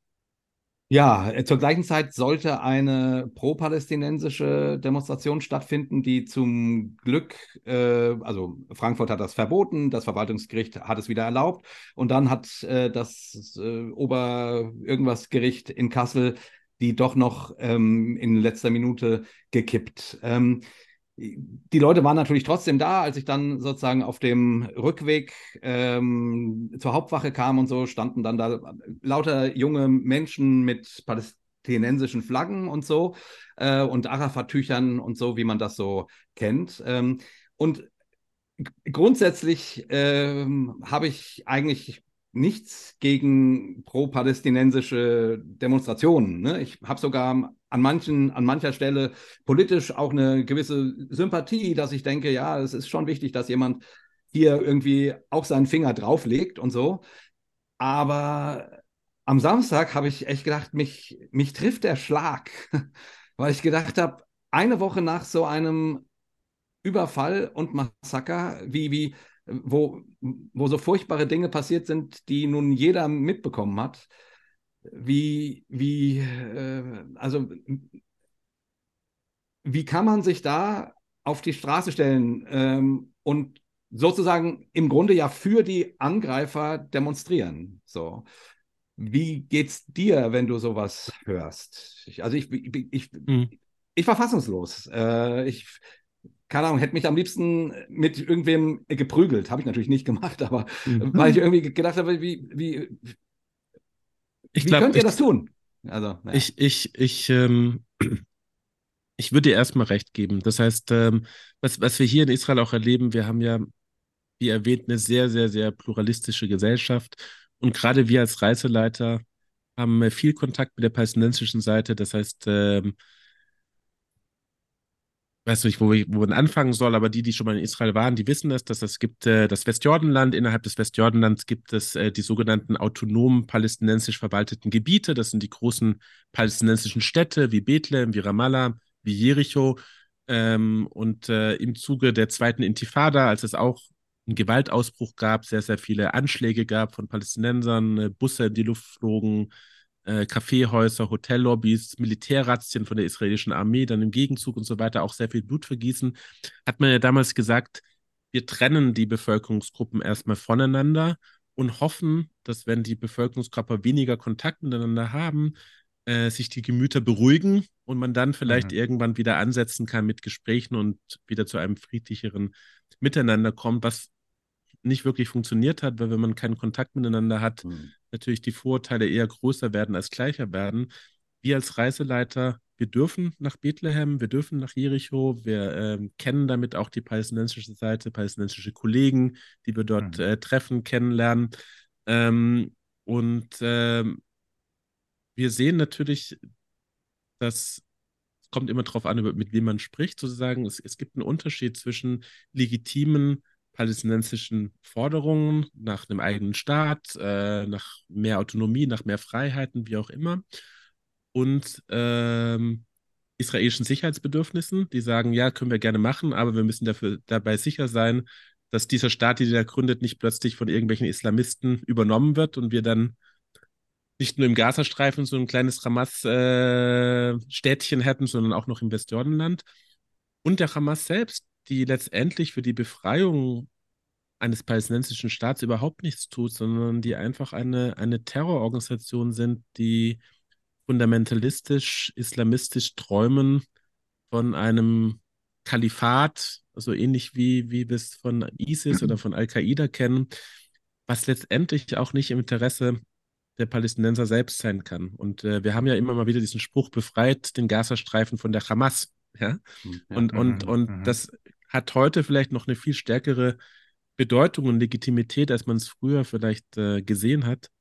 ja, äh, zur gleichen Zeit sollte eine pro-palästinensische Demonstration stattfinden, die zum Glück, äh, also Frankfurt hat das verboten, das Verwaltungsgericht hat es wieder erlaubt und dann hat äh, das äh, Ober-Irgendwas Gericht in Kassel die doch noch ähm, in letzter Minute gekippt. Ähm, die Leute waren natürlich trotzdem da, als ich dann sozusagen auf dem Rückweg ähm, zur Hauptwache kam und so, standen dann da lauter junge Menschen mit palästinensischen Flaggen und so äh, und Arafat-Tüchern und so, wie man das so kennt. Ähm, und grundsätzlich ähm, habe ich eigentlich nichts gegen pro-palästinensische Demonstrationen. Ne? Ich habe sogar an manchen, an mancher Stelle politisch auch eine gewisse Sympathie, dass ich denke, ja, es ist schon wichtig, dass jemand hier irgendwie auch seinen Finger drauflegt und so. Aber am Samstag habe ich echt gedacht, mich, mich trifft der Schlag, weil ich gedacht habe, eine Woche nach so einem Überfall und Massaker, wie, wie, wo, wo so furchtbare Dinge passiert sind, die nun jeder mitbekommen hat. Wie, wie, äh, also, wie kann man sich da auf die Straße stellen ähm, und sozusagen im Grunde ja für die Angreifer demonstrieren? So. Wie geht's dir, wenn du sowas hörst? Ich, also ich, ich, ich, Mhm. ich war fassungslos. Äh, ich, keine Ahnung, hätte mich am liebsten mit irgendwem geprügelt. Habe ich natürlich nicht gemacht, aber weil ich Mhm. irgendwie gedacht habe, wie, wie, Ich wie könnt glaube, ihr ich, das tun? Also, ja. ich, ich, ich, ähm, ich würde dir erstmal recht geben. Das heißt, ähm, was, was wir hier in Israel auch erleben, wir haben ja, wie erwähnt, eine sehr, sehr, sehr pluralistische Gesellschaft. Und gerade wir als Reiseleiter haben äh, viel Kontakt mit der palästinensischen Seite. Das heißt, ähm, weiß nicht, wo, ich, wo man anfangen soll, aber die, die schon mal in Israel waren, die wissen das, dass es gibt äh, das Westjordanland. Innerhalb des Westjordanlands gibt es äh, die sogenannten autonomen palästinensisch verwalteten Gebiete. Das sind die großen palästinensischen Städte wie Bethlehem, wie Ramallah, wie Jericho. Ähm, und äh, im Zuge der zweiten Intifada, als es auch einen Gewaltausbruch gab, sehr, sehr viele Anschläge gab von Palästinensern, äh, Busse in die Luft flogen, äh, Kaffeehäuser, Hotellobbys, Militärrazzien von der israelischen Armee, dann im Gegenzug und so weiter auch sehr viel Blutvergießen, hat man ja damals gesagt, wir trennen die Bevölkerungsgruppen erstmal voneinander und hoffen, dass wenn die Bevölkerungskörper weniger Kontakt miteinander haben, äh, sich die Gemüter beruhigen und man dann vielleicht Mhm. irgendwann wieder ansetzen kann mit Gesprächen und wieder zu einem friedlicheren Miteinander kommt, was nicht wirklich funktioniert hat, weil wenn man keinen Kontakt miteinander hat, Hm. natürlich die Vorurteile eher größer werden als gleicher werden. Wir als Reiseleiter, wir dürfen nach Bethlehem, wir dürfen nach Jericho, wir ähm, kennen damit auch die palästinensische Seite, palästinensische Kollegen, die wir dort Mhm. äh, treffen, kennenlernen. Ähm, und ähm, wir sehen natürlich, dass es kommt immer darauf an, über- mit wem man spricht, sozusagen. Es, es gibt einen Unterschied zwischen legitimen palästinensischen Forderungen nach einem eigenen Staat, äh, nach mehr Autonomie, nach mehr Freiheiten, wie auch immer, und ähm, israelischen Sicherheitsbedürfnissen, die sagen, ja, können wir gerne machen, aber wir müssen dafür dabei sicher sein, dass dieser Staat, den er gründet, nicht plötzlich von irgendwelchen Islamisten übernommen wird und wir dann nicht nur im Gazastreifen so ein kleines Hamas-Städtchen hätten, sondern auch noch im Westjordanland. Und der Hamas selbst, die letztendlich für die Befreiung eines palästinensischen Staats überhaupt nichts tut, sondern die einfach eine, eine Terrororganisation sind, die fundamentalistisch, islamistisch träumen von einem Kalifat, so ähnlich wie, wie wir es von ISIS oder von Al-Qaida kennen, was letztendlich auch nicht im Interesse der Palästinenser selbst sein kann. Und äh, wir haben ja immer mal wieder diesen Spruch, befreit den Gazastreifen von der Hamas. Ja? Hm, ja. Und, und, Mhm. und Mhm. das hat heute vielleicht noch eine viel stärkere Bedeutung und Legitimität, als man es früher vielleicht äh, gesehen hat.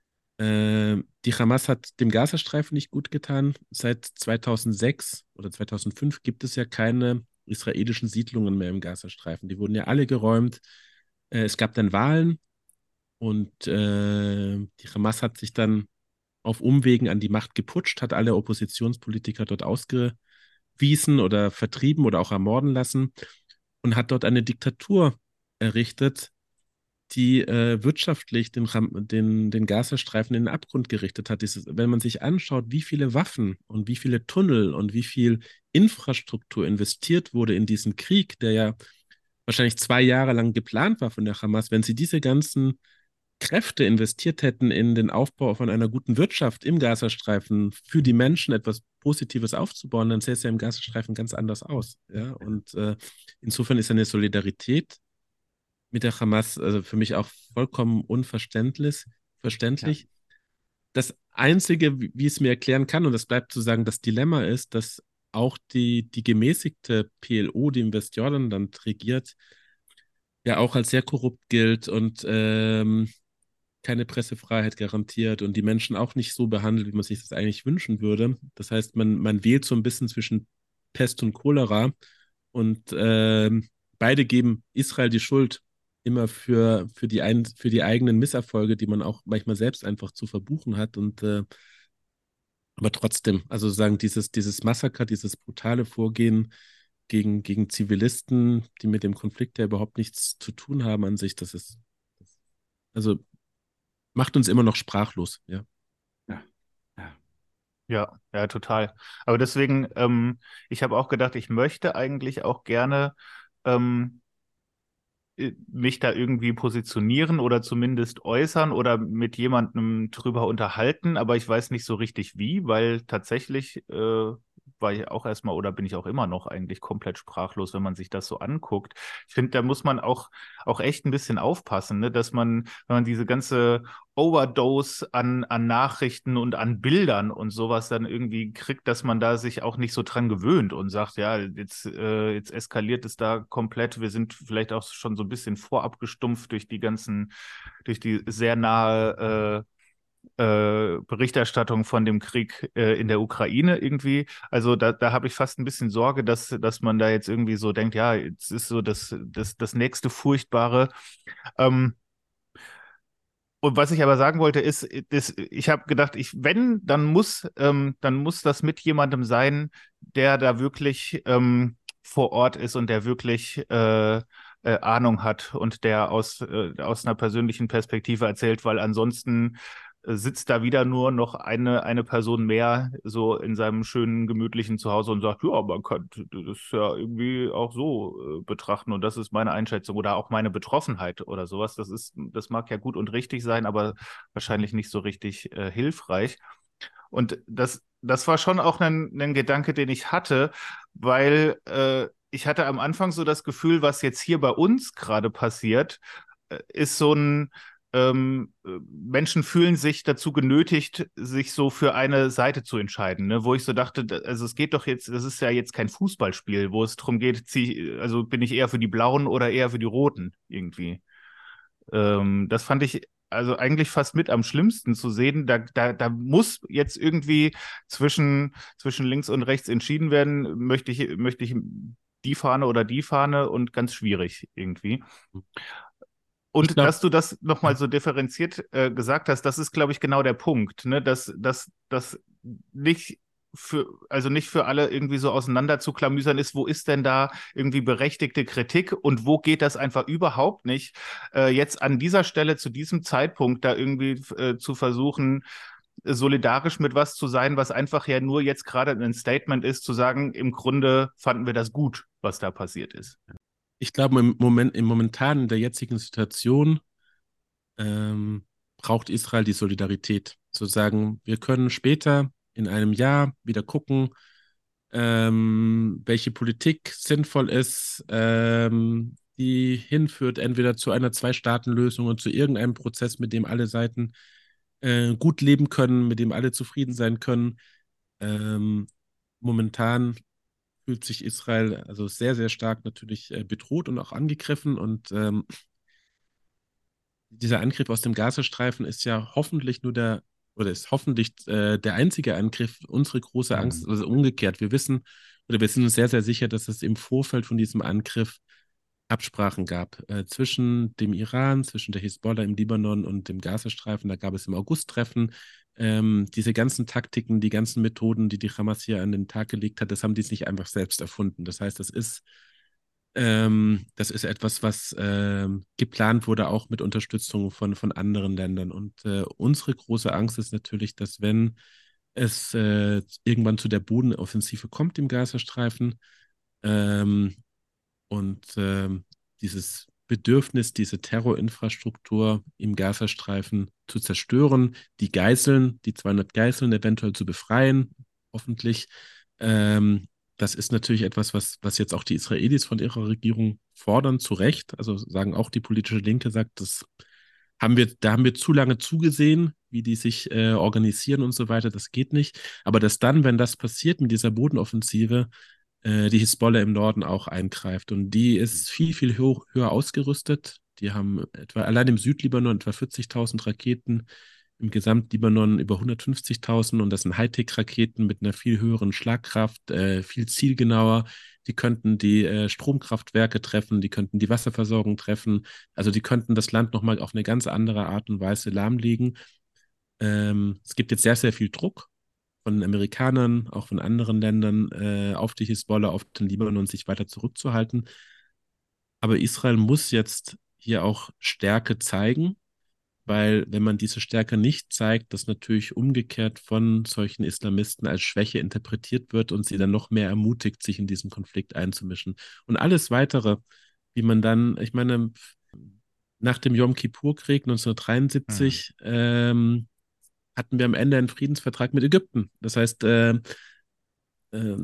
Äh, die Hamas hat dem Gazastreifen nicht gut getan. Seit zweitausendsechs oder zweitausendfünf gibt es ja keine israelischen Siedlungen mehr im Gazastreifen. Die wurden ja alle geräumt. Äh, es gab dann Wahlen und äh, die Hamas hat sich dann auf Umwegen an die Macht geputscht, hat alle Oppositionspolitiker dort ausgewiesen oder vertrieben oder auch ermorden lassen und hat dort eine Diktatur errichtet, die äh, wirtschaftlich den, Ram- den, den Gazastreifen in den Abgrund gerichtet hat. Dieses, wenn man sich anschaut, wie viele Waffen und wie viele Tunnel und wie viel Infrastruktur investiert wurde in diesen Krieg, der ja wahrscheinlich zwei Jahre lang geplant war von der Hamas, wenn sie diese ganzen Kräfte investiert hätten in den Aufbau von einer guten Wirtschaft im Gazastreifen, für die Menschen etwas Positives aufzubauen, dann sähe es ja im Gazastreifen ganz anders aus. Ja? Und äh, insofern ist eine Solidarität mit der Hamas also für mich auch vollkommen unverständlich. Ja. Verständlich. Das Einzige, wie wie ich es mir erklären kann, und das bleibt zu sagen, das Dilemma ist, dass auch die, die gemäßigte P L O, die im Westjordanland regiert, ja auch als sehr korrupt gilt und ähm, keine Pressefreiheit garantiert und die Menschen auch nicht so behandelt, wie man sich das eigentlich wünschen würde. Das heißt, man, man wählt so ein bisschen zwischen Pest und Cholera und ähm, beide geben Israel die Schuld immer für, für die, ein, für die eigenen Misserfolge, die man auch manchmal selbst einfach zu verbuchen hat. Und äh, aber trotzdem, also sagen, dieses, dieses Massaker, dieses brutale Vorgehen gegen, gegen Zivilisten, die mit dem Konflikt ja überhaupt nichts zu tun haben an sich, das ist, also macht uns immer noch sprachlos, ja. Ja. Ja. Ja, ja, total. Aber deswegen, ähm, ich habe auch gedacht, ich möchte eigentlich auch gerne ähm, äh, mich da irgendwie positionieren oder zumindest äußern oder mit jemandem drüber unterhalten, aber ich weiß nicht so richtig wie, weil tatsächlich äh, war ich auch erstmal oder bin ich auch immer noch eigentlich komplett sprachlos, wenn man sich das so anguckt. Ich finde, da muss man auch, auch echt ein bisschen aufpassen, ne, dass man, wenn man diese ganze Overdose an, an Nachrichten und an Bildern und sowas dann irgendwie kriegt, dass man da sich auch nicht so dran gewöhnt und sagt, ja, jetzt, äh, jetzt eskaliert es da komplett. Wir sind vielleicht auch schon so ein bisschen vorabgestumpft durch die ganzen, durch die sehr nahe äh, äh, Berichterstattung von dem Krieg äh, in der Ukraine irgendwie. Also da, da habe ich fast ein bisschen Sorge, dass, dass man da jetzt irgendwie so denkt, ja, jetzt ist so das, das, das nächste Furchtbare. Ähm, und was ich aber sagen wollte, ist, das, ich habe gedacht, ich, wenn, dann muss, ähm, dann muss das mit jemandem sein, der da wirklich ähm, vor Ort ist und der wirklich äh, äh, Ahnung hat und der aus, äh, aus einer persönlichen Perspektive erzählt, weil ansonsten äh, sitzt da wieder nur noch eine, eine Person mehr so in seinem schönen, gemütlichen Zuhause und sagt, ja, man kann das ja irgendwie auch so äh, betrachten und das ist meine Einschätzung oder auch meine Betroffenheit oder sowas. Das ist, das mag ja gut und richtig sein, aber wahrscheinlich nicht so richtig äh, hilfreich. Und das, das war schon auch ein, ein Gedanke, den ich hatte, weil äh, ich hatte am Anfang so das Gefühl, was jetzt hier bei uns gerade passiert, äh, ist so ein, ähm, äh, Menschen fühlen sich dazu genötigt, sich so für eine Seite zu entscheiden, ne? Wo ich so dachte, da- also es geht doch jetzt, das ist ja jetzt kein Fußballspiel, wo es darum geht, zieh, also bin ich eher für die Blauen oder eher für die Roten irgendwie. Ähm, das fand ich also eigentlich fast mit am schlimmsten zu sehen. Da, da, da muss jetzt irgendwie zwischen, zwischen links und rechts entschieden werden, möchte ich, möchte ich die Fahne oder die Fahne und ganz schwierig irgendwie. Ich Und glaube, dass du das nochmal so differenziert äh, gesagt hast, das ist, glaube ich, genau der Punkt, ne? Dass, dass, dass nicht für, also nicht für alle irgendwie so auseinander zu klamüsern ist, wo ist denn da irgendwie berechtigte Kritik und wo geht das einfach überhaupt nicht, äh, jetzt an dieser Stelle zu diesem Zeitpunkt da irgendwie äh, zu versuchen, solidarisch mit was zu sein, was einfach ja nur jetzt gerade ein Statement ist, zu sagen, im Grunde fanden wir das gut, was da passiert ist. ich glaube, im Moment, im momentan in der jetzigen Situation ähm, braucht Israel die Solidarität. Zu sagen, wir können später in einem Jahr wieder gucken, ähm, welche Politik sinnvoll ist, ähm, die hinführt entweder zu einer Zwei-Staaten-Lösung und zu irgendeinem Prozess, mit dem alle Seiten äh, gut leben können, mit dem alle zufrieden sein können. Ähm, momentan fühlt sich Israel also sehr, sehr stark natürlich äh, bedroht und auch angegriffen. Und ähm, dieser Angriff aus dem Gazastreifen ist ja hoffentlich nur der, oder ist hoffentlich äh, der einzige Angriff. Unsere große Angst, Mhm. also umgekehrt, wir wissen, oder wir sind uns sehr, sehr sicher, dass es im Vorfeld von diesem Angriff Absprachen gab äh, zwischen dem Iran, zwischen der Hisbollah im Libanon und dem Gazastreifen. Da gab es im August Treffen. Ähm, diese ganzen Taktiken, die ganzen Methoden, die die Hamas hier an den Tag gelegt hat, das haben die es nicht einfach selbst erfunden. Das heißt, das ist, ähm, das ist etwas, was ähm, geplant wurde, auch mit Unterstützung von, von anderen Ländern. Und äh, unsere große Angst ist natürlich, dass wenn es äh, irgendwann zu der Bodenoffensive kommt im Gazastreifen, ähm, und ähm, dieses Bedürfnis, diese Terrorinfrastruktur im Gazastreifen zu zerstören, die Geiseln, die zweihundert Geiseln eventuell zu befreien, hoffentlich. Ähm, das ist natürlich etwas, was, was jetzt auch die Israelis von ihrer Regierung fordern, zu Recht. Also sagen auch die politische Linke, sagt, das haben wir, da haben wir zu lange zugesehen, wie die sich äh, organisieren und so weiter. Das geht nicht. Aber dass dann, wenn das passiert mit dieser Bodenoffensive, äh, die Hisbollah im Norden auch eingreift. Und die ist viel, viel hoch, höher ausgerüstet. Die haben etwa allein im Südlibanon etwa vierzigtausend Raketen, im Gesamtlibanon über hundertfünfzigtausend und das sind Hightech-Raketen mit einer viel höheren Schlagkraft, äh, viel zielgenauer. Die könnten die äh, Stromkraftwerke treffen, die könnten die Wasserversorgung treffen. Also die könnten das Land nochmal auf eine ganz andere Art und Weise lahmlegen. Ähm, es gibt jetzt sehr, sehr viel Druck von Amerikanern, auch von anderen Ländern, äh, auf die Hisbollah, auf den Libanon, sich weiter zurückzuhalten. Aber Israel muss jetzt hier auch Stärke zeigen, weil wenn man diese Stärke nicht zeigt, das natürlich umgekehrt von solchen Islamisten als Schwäche interpretiert wird und sie dann noch mehr ermutigt, sich in diesen Konflikt einzumischen. Und alles Weitere, wie man dann, ich meine, nach dem Yom Kippur-Krieg Hm. neunzehnhundertdreiundsiebzig ähm, hatten wir am Ende einen Friedensvertrag mit Ägypten. Das heißt, äh, äh,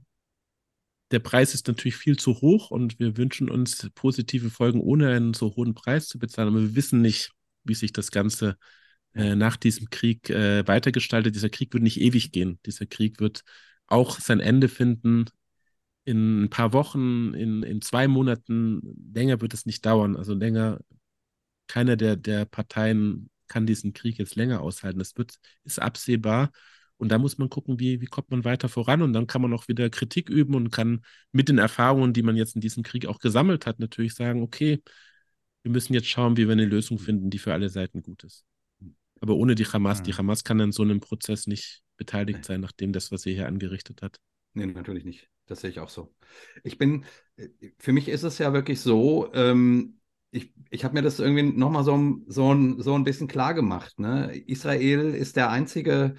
der Preis ist natürlich viel zu hoch und wir wünschen uns positive Folgen, ohne einen so hohen Preis zu bezahlen. Aber wir wissen nicht, wie sich das Ganze äh, Ja. nach diesem Krieg äh, weitergestaltet. Dieser Krieg wird nicht ewig gehen. Dieser Krieg wird auch sein Ende finden in ein paar Wochen, in, in zwei Monaten. Länger wird es nicht dauern. Also länger, keiner der, der Parteien kann diesen Krieg jetzt länger aushalten. Das wird, ist absehbar. Und da muss man gucken, wie, wie kommt man weiter voran. Und dann kann man auch wieder Kritik üben und kann mit den Erfahrungen, die man jetzt in diesem Krieg auch gesammelt hat, natürlich sagen, okay, wir müssen jetzt schauen, wie wir eine Lösung finden, die für alle Seiten gut ist. Aber ohne die Hamas, die Hm. Hamas kann an so einem Prozess nicht beteiligt Nee. sein, nachdem das, was sie hier angerichtet hat. Nee, natürlich nicht. Das sehe ich auch so. Ich bin, äh, für mich ist es ja wirklich so, ähm, ich, ich habe mir das irgendwie nochmal so, so, ein- so ein bisschen klar gemacht. Ne? Israel ist der einzige,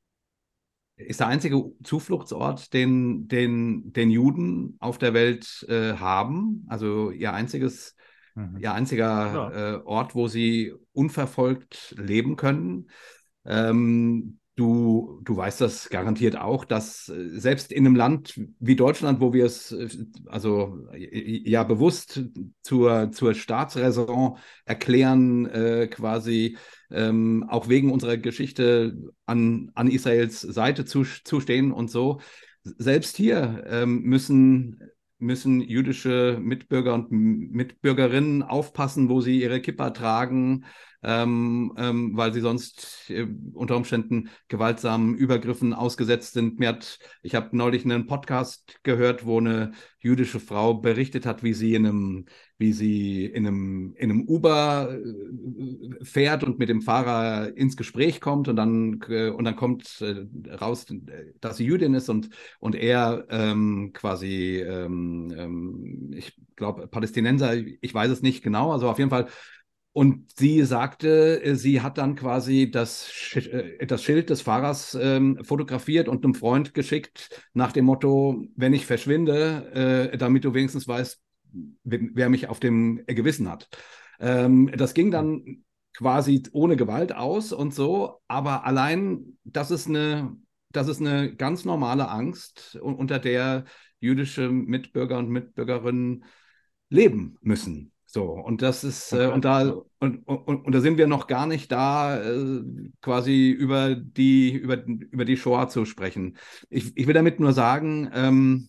ist der einzige Zufluchtsort, den, den, den Juden auf der Welt äh, haben. Also ihr einziges, Mhm. ihr Ja. einziger äh, Ort, wo sie unverfolgt leben können. Ähm, du, du weißt das garantiert auch, dass äh, selbst in einem Land wie Deutschland, wo wir es äh, also äh, ja bewusst zur, zur Staatsräson erklären, äh, quasi ähm, auch wegen unserer Geschichte an, an Israels Seite zu, zu stehen und so. Selbst hier ähm, müssen, müssen jüdische Mitbürger und Mitbürgerinnen aufpassen, wo sie ihre Kippa tragen, ähm, ähm, weil sie sonst äh, unter Umständen gewaltsamen Übergriffen ausgesetzt sind. Mir hat, ich habe neulich einen Podcast gehört, wo eine jüdische Frau berichtet hat, wie sie in einem, wie sie in einem, in einem Uber äh, fährt und mit dem Fahrer ins Gespräch kommt und dann, äh, und dann kommt äh, raus, dass sie Jüdin ist und, und er ähm, quasi, ähm, ähm, ich glaube, Palästinenser, ich weiß es nicht genau, also auf jeden Fall. Und sie sagte, äh, sie hat dann quasi das, Sch- äh, das Schild des Fahrers ähm, fotografiert und einem Freund geschickt nach dem Motto, wenn ich verschwinde, äh, damit du wenigstens weißt, wer, wer mich auf dem Gewissen hat. Ähm, das ging dann quasi ohne Gewalt aus und so, aber allein, das ist eine, das ist eine ganz normale Angst, un- unter der jüdische Mitbürger und Mitbürgerinnen leben müssen. So, und das ist, äh, und Komplett. da, Ja. und, und, und da sind wir noch gar nicht da, äh, quasi über die, über, über die Shoah zu sprechen. Ich, ich will damit nur sagen, ähm,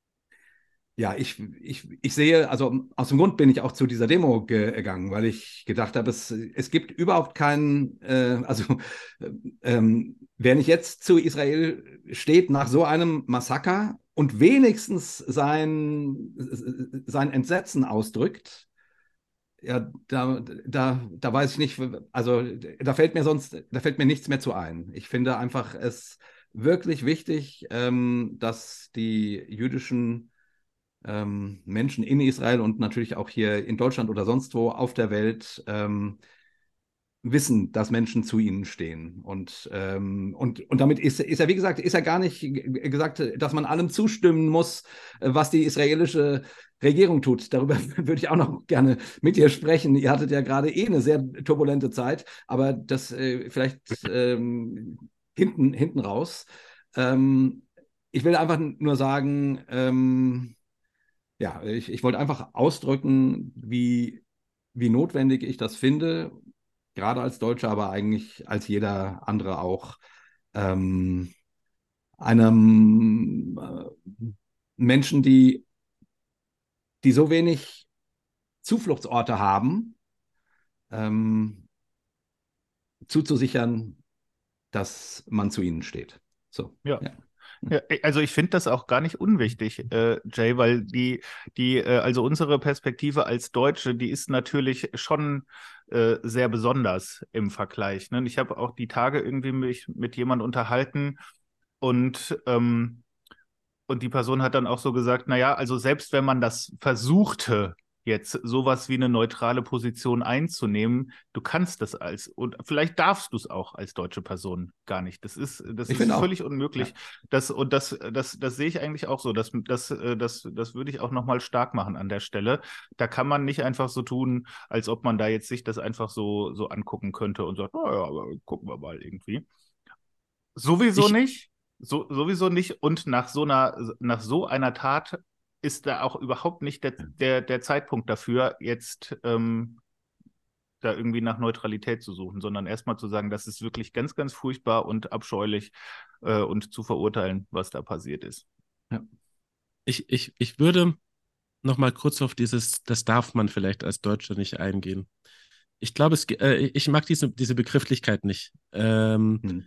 ja, ich, ich, ich sehe, also aus dem Grund bin ich auch zu dieser Demo ge gegangen, weil ich gedacht habe, es, es gibt überhaupt keinen, äh, also äh, ähm, wer nicht jetzt zu Israel steht nach so einem Massaker und wenigstens sein, sein Entsetzen ausdrückt, ja, da, da, da weiß ich nicht, also da fällt mir sonst, da fällt mir nichts mehr zu ein. Ich finde einfach es wirklich wichtig, ähm, dass die jüdischen ähm, Menschen in Israel und natürlich auch hier in Deutschland oder sonst wo auf der Welt ähm, wissen, dass Menschen zu ihnen stehen. Und, ähm, und, und damit ist, ist ja, wie gesagt, ist ja gar nicht gesagt, dass man allem zustimmen muss, was die israelische Regierung tut. Darüber würde ich auch noch gerne mit dir sprechen. Ihr hattet ja gerade eh eine sehr turbulente Zeit, aber das äh, vielleicht ähm, hinten, hinten raus. Ähm, ich will einfach nur sagen, ähm, ja, ich, ich wollte einfach ausdrücken, wie, wie notwendig ich das finde, gerade als Deutscher, aber eigentlich als jeder andere auch, ähm, einem äh, Menschen, die, die so wenig Zufluchtsorte haben, ähm, zuzusichern, dass man zu ihnen steht. So, Ja. ja. Ja, also ich finde das auch gar nicht unwichtig, äh, Jay, weil die, die, äh, also unsere Perspektive als Deutsche, die ist natürlich schon äh, sehr besonders im Vergleich. Ne? Und ich habe auch die Tage irgendwie mich mit jemand unterhalten und ähm, und die Person hat dann auch so gesagt, naja, also selbst wenn man das versuchte, jetzt sowas wie eine neutrale Position einzunehmen, du kannst das als, und vielleicht darfst du es auch als deutsche Person gar nicht. Das ist, das Ich ist finde auch. völlig unmöglich. Ja. Das, und das, das, das sehe ich eigentlich auch so. Das, das, das, das würde ich auch nochmal stark machen an der Stelle. Da kann man nicht einfach so tun, als ob man da jetzt sich das einfach so, so angucken könnte und sagt, naja, aber gucken wir mal irgendwie. Sowieso Ich, nicht. So, sowieso nicht. Und nach so einer, nach so einer Tat ist da auch überhaupt nicht der, der, der Zeitpunkt dafür, jetzt ähm, da irgendwie nach Neutralität zu suchen, sondern erstmal zu sagen, das ist wirklich ganz, ganz furchtbar und abscheulich äh, und zu verurteilen, was da passiert ist. ja. Ich, ich, ich würde noch mal kurz auf dieses, das darf man vielleicht als Deutscher nicht eingehen. Ich glaube, es, ge- äh, ich mag diese, diese Begrifflichkeit nicht. Ähm, Hm.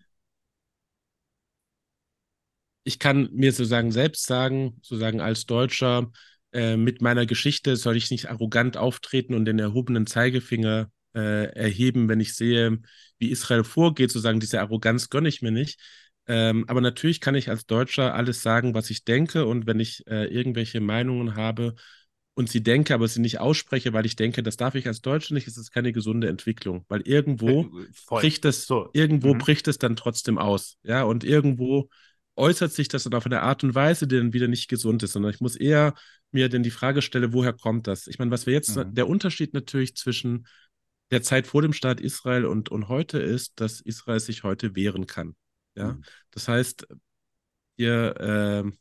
ich kann mir sozusagen selbst sagen, sozusagen als Deutscher, äh, mit meiner Geschichte soll ich nicht arrogant auftreten und den erhobenen Zeigefinger äh, erheben, wenn ich sehe, wie Israel vorgeht, sozusagen diese Arroganz gönne ich mir nicht. Ähm, aber natürlich kann ich als Deutscher alles sagen, was ich denke, und wenn ich äh, irgendwelche Meinungen habe, und sie denke, aber sie nicht ausspreche, weil ich denke, das darf ich als Deutsche nicht, es ist keine gesunde Entwicklung, weil irgendwo Voll. bricht es, So. irgendwo Mhm. bricht es dann trotzdem aus, ja, und irgendwo äußert sich das dann auf eine Art und Weise, die dann wieder nicht gesund ist, sondern ich muss eher mir dann die Frage stellen, woher kommt das? Ich meine, was wir jetzt, Mhm. der Unterschied natürlich zwischen der Zeit vor dem Staat Israel und, und heute ist, dass Israel sich heute wehren kann, ja, Mhm. das heißt, ihr, ähm,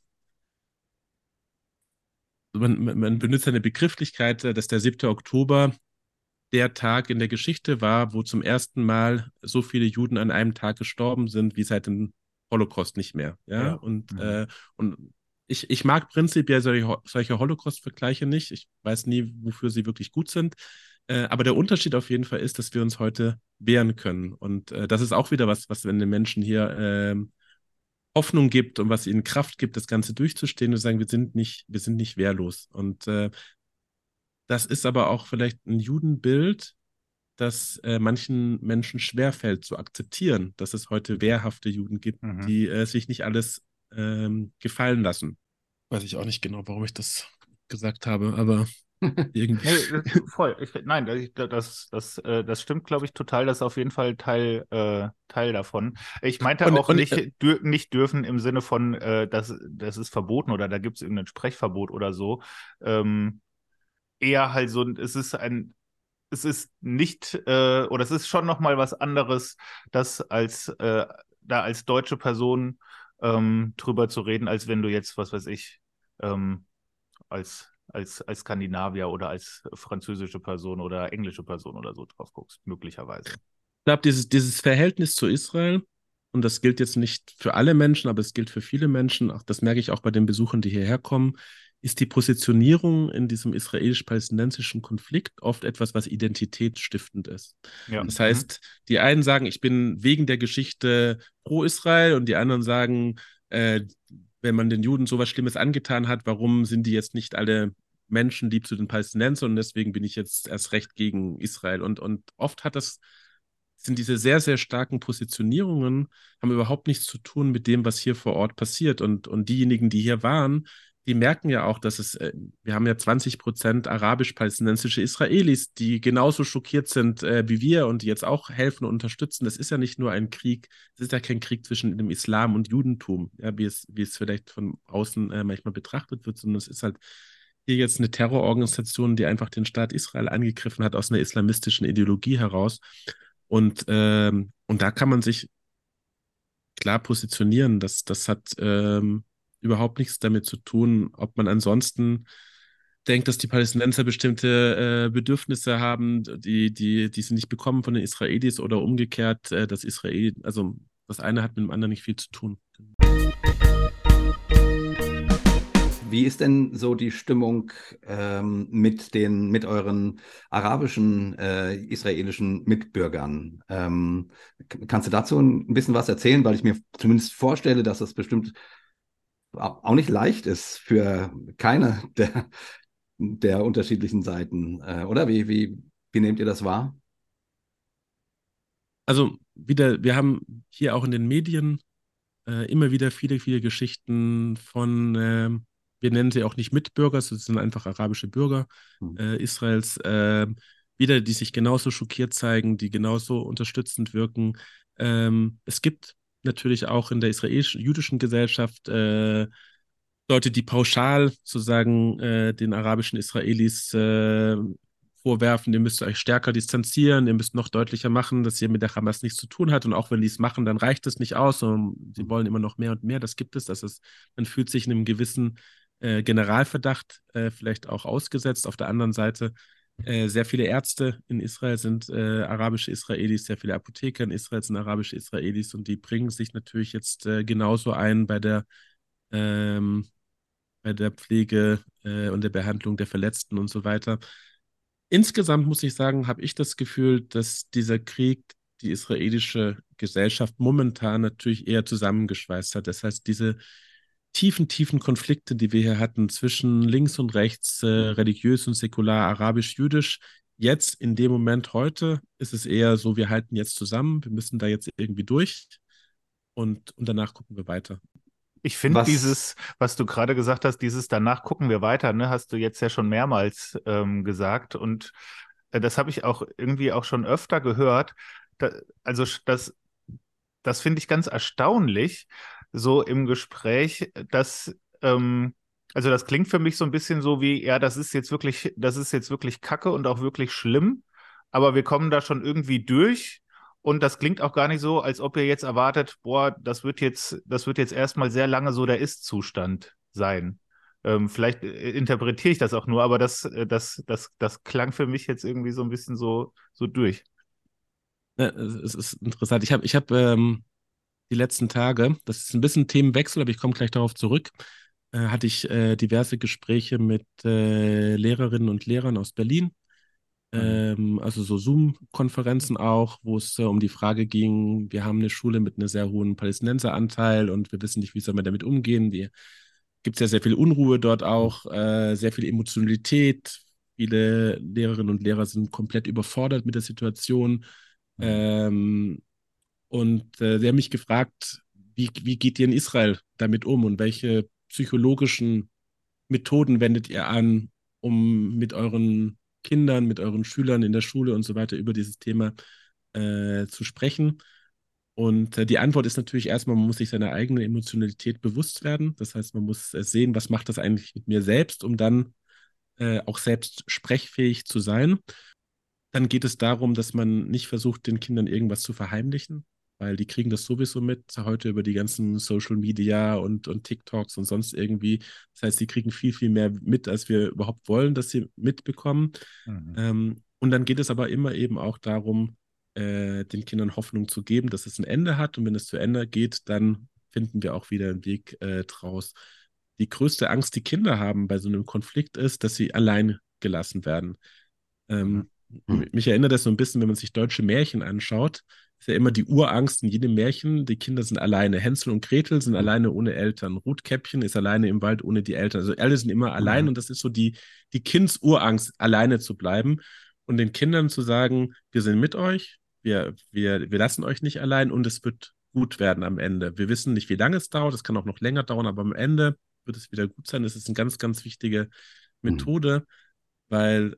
Man, man benutzt eine Begrifflichkeit, dass der siebte Oktober der Tag in der Geschichte war, wo zum ersten Mal so viele Juden an einem Tag gestorben sind, wie seit dem Holocaust nicht mehr. Ja, Ja. und, Mhm. äh, und ich, ich mag prinzipiell solche, solche Holocaust-Vergleiche nicht. Ich weiß nie, wofür sie wirklich gut sind. Äh, aber der Unterschied auf jeden Fall ist, dass wir uns heute wehren können. Und äh, das ist auch wieder was, was wenn den Menschen hier ähm, Hoffnung gibt und was ihnen Kraft gibt, das Ganze durchzustehen und sagen, wir sind nicht, wir sind nicht wehrlos. Und äh, das ist aber auch vielleicht ein Judenbild, das äh, manchen Menschen schwerfällt zu akzeptieren, dass es heute wehrhafte Juden gibt, Mhm. die äh, sich nicht alles ähm, gefallen lassen. Weiß ich auch nicht genau, warum ich das gesagt habe, aber irgendwie. Nee, das- voll. Ich, nein, das, das, das, äh, das stimmt, glaube ich, total. Das ist auf jeden Fall Teil, äh, Teil davon. Ich meinte Und, auch und nicht, äh, dür nicht dürfen im Sinne von, äh, das, das ist verboten oder da gibt es irgendein Sprechverbot oder so. Ähm, eher halt so, es ist ein, es ist nicht, äh, oder es ist schon nochmal was anderes, das als, äh, da als deutsche Person ähm, drüber zu reden, als wenn du jetzt, was weiß ich, ähm, als, als, als Skandinavier oder als französische Person oder englische Person oder so drauf guckst, möglicherweise. ich glaube, dieses, dieses Verhältnis zu Israel, und das gilt jetzt nicht für alle Menschen, aber es gilt für viele Menschen, auch das merke ich auch bei den Besuchern, die hierher kommen, ist die Positionierung in diesem israelisch-palästinensischen Konflikt oft etwas, was identitätsstiftend ist. Ja. Das Mhm. heißt, die einen sagen, ich bin wegen der Geschichte pro Israel und die anderen sagen, äh, wenn man den Juden sowas Schlimmes angetan hat, warum sind die jetzt nicht alle Menschen lieb zu den Palästinensern und deswegen bin ich jetzt erst recht gegen Israel. Und, und oft hat das sind diese sehr, sehr starken Positionierungen, haben überhaupt nichts zu tun mit dem, was hier vor Ort passiert. Und, und diejenigen, die hier waren, die merken ja auch, dass es, äh, wir haben ja zwanzig Prozent arabisch-palästinensische Israelis, die genauso schockiert sind äh, wie wir und die jetzt auch helfen und unterstützen. Das ist ja nicht nur ein Krieg, es ist ja kein Krieg zwischen dem Islam und Judentum, ja, wie es, wie es vielleicht von außen äh, manchmal betrachtet wird, sondern es ist halt hier jetzt eine Terrororganisation, die einfach den Staat Israel angegriffen hat aus einer islamistischen Ideologie heraus. Und, ähm, und da kann man sich klar positionieren. Das, das hat ähm, überhaupt nichts damit zu tun, ob man ansonsten denkt, dass die Palästinenser bestimmte äh, Bedürfnisse haben, die, die, die sie nicht bekommen von den Israelis oder umgekehrt, äh, das Israel, also das eine hat mit dem anderen nicht viel zu tun. Wie ist denn so die Stimmung ähm, mit den, mit euren arabischen, äh, israelischen Mitbürgern? Ähm, k- kannst du dazu ein bisschen was erzählen? Weil ich mir zumindest vorstelle, dass es bestimmt au- auch nicht leicht ist für keine der, der unterschiedlichen Seiten, äh, oder? Wie, wie, wie nehmt ihr das wahr? Also wieder, wir haben hier auch in den Medien äh, immer wieder viele, viele Geschichten von, ähm, wir nennen sie auch nicht Mitbürger, es sind einfach arabische Bürger Hm. äh, Israels, äh, wieder, die sich genauso schockiert zeigen, die genauso unterstützend wirken. Ähm, es gibt natürlich auch in der israelisch-jüdischen Gesellschaft äh, Leute, die pauschal sozusagen äh, den arabischen Israelis äh, vorwerfen, ihr müsst euch stärker distanzieren, ihr müsst noch deutlicher machen, dass ihr mit der Hamas nichts zu tun habt. Und auch wenn die es machen, dann reicht es nicht aus, sondern sie wollen immer noch mehr und mehr. Das gibt es. Das ist, man fühlt sich in einem gewissen äh, Generalverdacht äh, vielleicht auch ausgesetzt. Auf der anderen Seite, äh, sehr viele Ärzte in Israel sind äh, arabische Israelis, sehr viele Apotheker in Israel sind arabische Israelis und die bringen sich natürlich jetzt äh, genauso ein bei der ähm, bei der Pflege äh, und der Behandlung der Verletzten und so weiter. Insgesamt muss ich sagen, habe ich das Gefühl, dass dieser Krieg die israelische Gesellschaft momentan natürlich eher zusammengeschweißt hat. Das heißt, diese tiefen, tiefen Konflikte, die wir hier hatten zwischen links und rechts, äh, religiös und säkular, arabisch-jüdisch, jetzt in dem Moment heute ist es eher so, wir halten jetzt zusammen, wir müssen da jetzt irgendwie durch und, und danach gucken wir weiter. Ich finde Was, dieses, was du gerade gesagt hast, dieses danach gucken wir weiter, ne, hast du jetzt ja schon mehrmals ähm, gesagt. Und äh, das habe ich auch irgendwie auch schon öfter gehört. Da, also sch- das, das finde ich ganz erstaunlich, so im Gespräch, dass, ähm, also das klingt für mich so ein bisschen so wie, ja, das ist jetzt wirklich, das ist jetzt wirklich Kacke und auch wirklich schlimm, aber wir kommen da schon irgendwie durch. Und das klingt auch gar nicht so, als ob ihr jetzt erwartet, boah, das wird jetzt, das wird jetzt erstmal sehr lange so der Ist-Zustand sein. Ähm, vielleicht äh, interpretiere ich das auch nur, aber das, äh, das, das, das klang für mich jetzt irgendwie so ein bisschen so, so durch. Ja, es es ist interessant. Ich habe ich hab, ähm, die letzten Tage, das ist ein bisschen Themenwechsel, aber ich komme gleich darauf zurück, äh, hatte ich äh, diverse Gespräche mit äh, Lehrerinnen und Lehrern aus Berlin, Mhm. ähm, also so Zoom-Konferenzen auch, wo es äh, um die Frage ging, wir haben eine Schule mit einem sehr hohen Palästinenseranteil und wir wissen nicht, wie soll man damit umgehen. Die gibt es ja sehr viel Unruhe dort auch, äh, sehr viel Emotionalität. Viele Lehrerinnen und Lehrer sind komplett überfordert mit der Situation. Mhm. Ähm, und äh, sie haben mich gefragt, wie, wie geht ihr in Israel damit um und welche psychologischen Methoden wendet ihr an, um mit euren Kindern, mit euren Schülern in der Schule und so weiter über dieses Thema äh, zu sprechen. Und äh, die Antwort ist natürlich erstmal, man muss sich seiner eigenen Emotionalität bewusst werden. Das heißt, man muss äh, sehen, was macht das eigentlich mit mir selbst, um dann äh, auch selbst sprechfähig zu sein. Dann geht es darum, dass man nicht versucht, den Kindern irgendwas zu verheimlichen, weil die kriegen das sowieso mit, heute über die ganzen Social Media und, und TikToks und sonst irgendwie. Das heißt, sie kriegen viel, viel mehr mit, als wir überhaupt wollen, dass sie mitbekommen. Mhm. Ähm, und dann geht es aber immer eben auch darum, äh, den Kindern Hoffnung zu geben, dass es ein Ende hat. Und wenn es zu Ende geht, dann finden wir auch wieder einen Weg äh, draus. Die größte Angst, die Kinder haben bei so einem Konflikt, ist, dass sie allein gelassen werden. Mhm. Ähm, hm, mich erinnert das so ein bisschen, wenn man sich deutsche Märchen anschaut, ist ja immer die Urangst in jedem Märchen, die Kinder sind alleine. Hänsel und Gretel sind hm, alleine ohne Eltern. Rotkäppchen ist alleine im Wald ohne die Eltern. Also alle sind immer allein hm, und das ist so die, die Kindsurangst, alleine zu bleiben und den Kindern zu sagen, wir sind mit euch, wir, wir, wir lassen euch nicht allein und es wird gut werden am Ende. Wir wissen nicht, wie lange es dauert, es kann auch noch länger dauern, aber am Ende wird es wieder gut sein. Das ist eine ganz, ganz wichtige hm. Methode, weil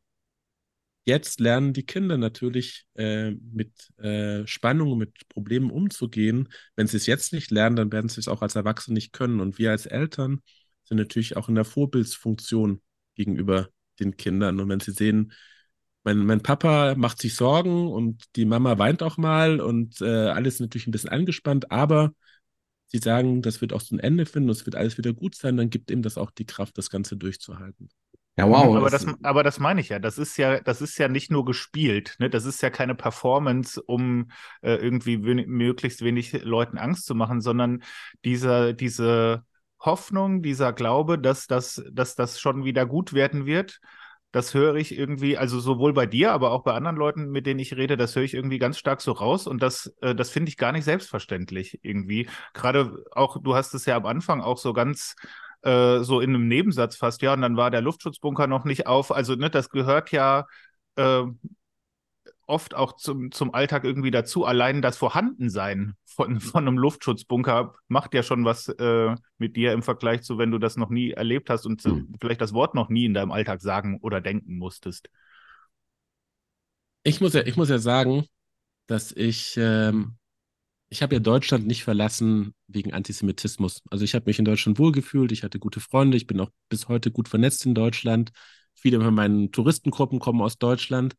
jetzt lernen die Kinder natürlich äh, mit äh, Spannungen, mit Problemen umzugehen. Wenn sie es jetzt nicht lernen, dann werden sie es auch als Erwachsene nicht können. Und wir als Eltern sind natürlich auch in der Vorbildsfunktion gegenüber den Kindern. Und wenn sie sehen, mein, mein Papa macht sich Sorgen und die Mama weint auch mal und äh, alles ist natürlich ein bisschen angespannt, aber sie sagen, das wird auch so ein Ende finden und es wird alles wieder gut sein, dann gibt ihm das auch die Kraft, das Ganze durchzuhalten. Ja, Mhm, wow, aber das, das, aber das meine ich ja. Das ist ja, das ist ja nicht nur gespielt, ne? Das ist ja keine Performance, um äh, irgendwie wen möglichst wenig Leuten Angst zu machen, sondern diese, diese Hoffnung, dieser Glaube, dass das, dass das schon wieder gut werden wird, das höre ich irgendwie, also sowohl bei dir, aber auch bei anderen Leuten, mit denen ich rede, das höre ich irgendwie ganz stark so raus und das, äh, das finde ich gar nicht selbstverständlich irgendwie. Gerade auch, du hast es ja am Anfang auch so ganz äh, so in einem Nebensatz fast, ja, und dann war der Luftschutzbunker noch nicht auf. Also, ne, das gehört ja äh, oft auch zum, zum Alltag irgendwie dazu. Allein das Vorhandensein von, von einem Luftschutzbunker macht ja schon was äh, mit dir im Vergleich zu, wenn du das noch nie erlebt hast und äh, hm. vielleicht das Wort noch nie in deinem Alltag sagen oder denken musstest. Ich muss ja, ich muss ja sagen, dass ich, ähm, ich habe ja Deutschland nicht verlassen wegen Antisemitismus. Also ich habe mich in Deutschland wohlgefühlt, ich hatte gute Freunde, ich bin auch bis heute gut vernetzt in Deutschland. Viele von meinen Touristengruppen kommen aus Deutschland.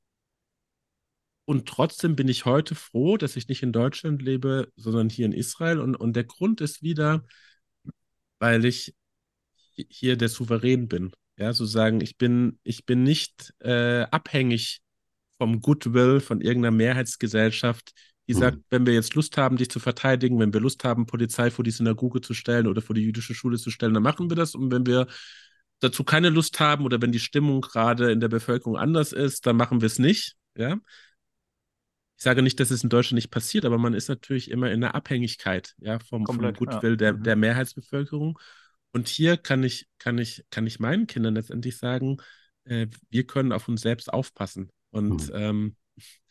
Und trotzdem bin ich heute froh, dass ich nicht in Deutschland lebe, sondern hier in Israel. Und, und der Grund ist wieder, weil ich hier der Souverän bin. Ja, sozusagen, ich bin, ich bin nicht äh, abhängig vom Goodwill von irgendeiner Mehrheitsgesellschaft, die sagt, Hm. wenn wir jetzt Lust haben, dich zu verteidigen, wenn wir Lust haben, Polizei vor die Synagoge zu stellen oder vor die jüdische Schule zu stellen, dann machen wir das. Und wenn wir dazu keine Lust haben oder wenn die Stimmung gerade in der Bevölkerung anders ist, dann machen wir es nicht. Ja, ich sage nicht, dass es in Deutschland nicht passiert, aber man ist natürlich immer in der Abhängigkeit, ja, vom, vom Komplett, ja. Goodwill der, Mhm. der Mehrheitsbevölkerung. Und hier kann ich, kann ich, kann ich meinen Kindern letztendlich sagen, äh, wir können auf uns selbst aufpassen. Und Hm. ähm,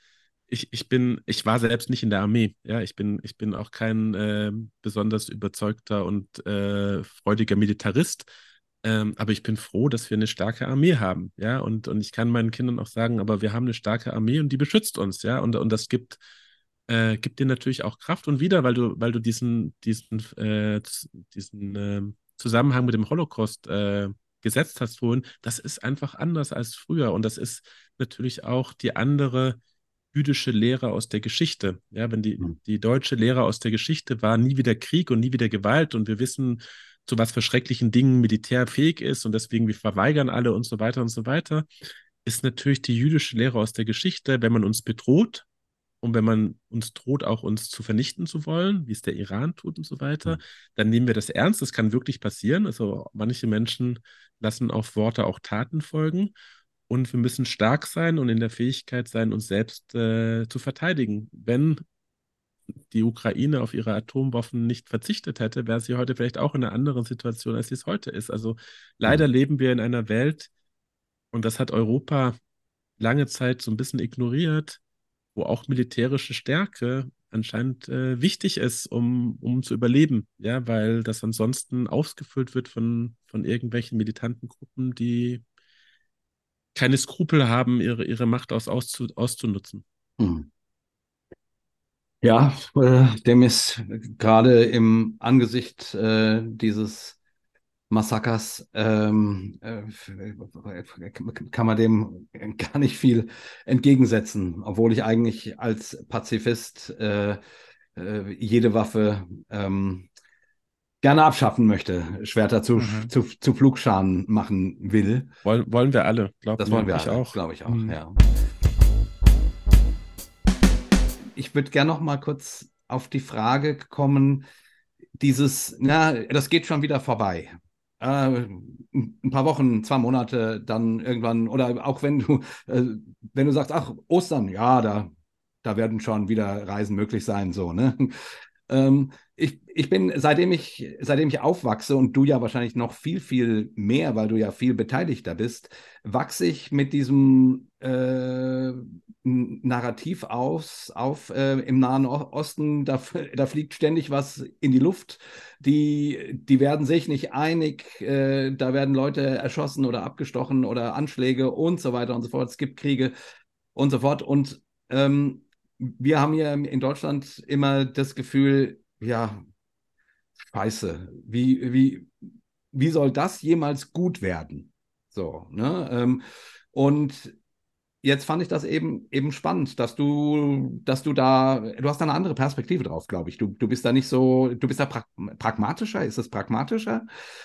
Ich, ich bin, ich war selbst nicht in der Armee. Ja, ich bin, ich bin auch kein äh, besonders überzeugter und äh, freudiger Militarist. Ähm, aber ich bin froh, dass wir eine starke Armee haben. Ja, und, und ich kann meinen Kindern auch sagen, aber wir haben eine starke Armee und die beschützt uns. Ja, und, und das gibt, äh, gibt dir natürlich auch Kraft. Und wieder, weil du, weil du diesen, diesen, äh, z- diesen äh, Zusammenhang mit dem Holocaust äh, gesetzt hast vorhin, das ist einfach anders als früher. Und das ist natürlich auch die andere jüdische Lehre aus der Geschichte. Ja, wenn die, Hm. die deutsche Lehre aus der Geschichte war nie wieder Krieg und nie wieder Gewalt und wir wissen, zu was für schrecklichen Dingen Militär fähig ist und deswegen wir verweigern alle und so weiter und so weiter, ist natürlich die jüdische Lehre aus der Geschichte, wenn man uns bedroht und wenn man uns droht, auch uns zu vernichten zu wollen, wie es der Iran tut und so weiter, Hm. dann nehmen wir das ernst. Das kann wirklich passieren. Also manche Menschen lassen auf Worte auch Taten folgen. Und wir müssen stark sein und in der Fähigkeit sein, uns selbst äh, zu verteidigen. Wenn die Ukraine auf ihre Atomwaffen nicht verzichtet hätte, wäre sie heute vielleicht auch in einer anderen Situation, als sie es heute ist. Also leider Hm. leben wir in einer Welt, und das hat Europa lange Zeit so ein bisschen ignoriert, wo auch militärische Stärke anscheinend äh, wichtig ist, um, um zu überleben. Ja, weil das ansonsten ausgefüllt wird von, von irgendwelchen militanten Gruppen, die keine Skrupel haben, ihre, ihre Macht aus, auszu, auszunutzen. Hm. Ja, äh, dem ist gerade im Angesicht äh, dieses Massakers ähm, äh, kann man dem gar nicht viel entgegensetzen, obwohl ich eigentlich als Pazifist äh, äh, jede Waffe ähm, gerne abschaffen möchte, Schwerter zu, Mhm. zu, zu Pflugscharen machen will. Wollen, wollen wir alle, glaub Das wollen mir, wir ich alle, auch. glaube ich auch, Hm. ja. Ich würde gerne noch mal kurz auf die Frage kommen, dieses, na, das geht schon wieder vorbei. Äh, ein paar Wochen, zwei Monate, dann irgendwann, oder auch wenn du, äh, wenn du sagst, ach, Ostern, ja, da, da werden schon wieder Reisen möglich sein, so, ne? Ähm, ich, ich bin, seitdem ich, seitdem ich aufwachse und du ja wahrscheinlich noch viel, viel mehr, weil du ja viel beteiligter bist, wachse ich mit diesem äh, Narrativ aus, auf äh, im Nahen Osten, da, da fliegt ständig was in die Luft, die, die werden sich nicht einig, äh, da werden Leute erschossen oder abgestochen oder Anschläge und so weiter und so fort, es gibt Kriege und so fort und ähm, wir haben hier in Deutschland immer das Gefühl, ja, scheiße, wie, wie, wie soll das jemals gut werden? So, ne? Ähm, und jetzt fand ich das eben, eben spannend, dass du, dass du da, du hast da eine andere Perspektive drauf, glaube ich. Du, du bist da nicht so, du bist da pra pragmatischer, ist es pragmatischer,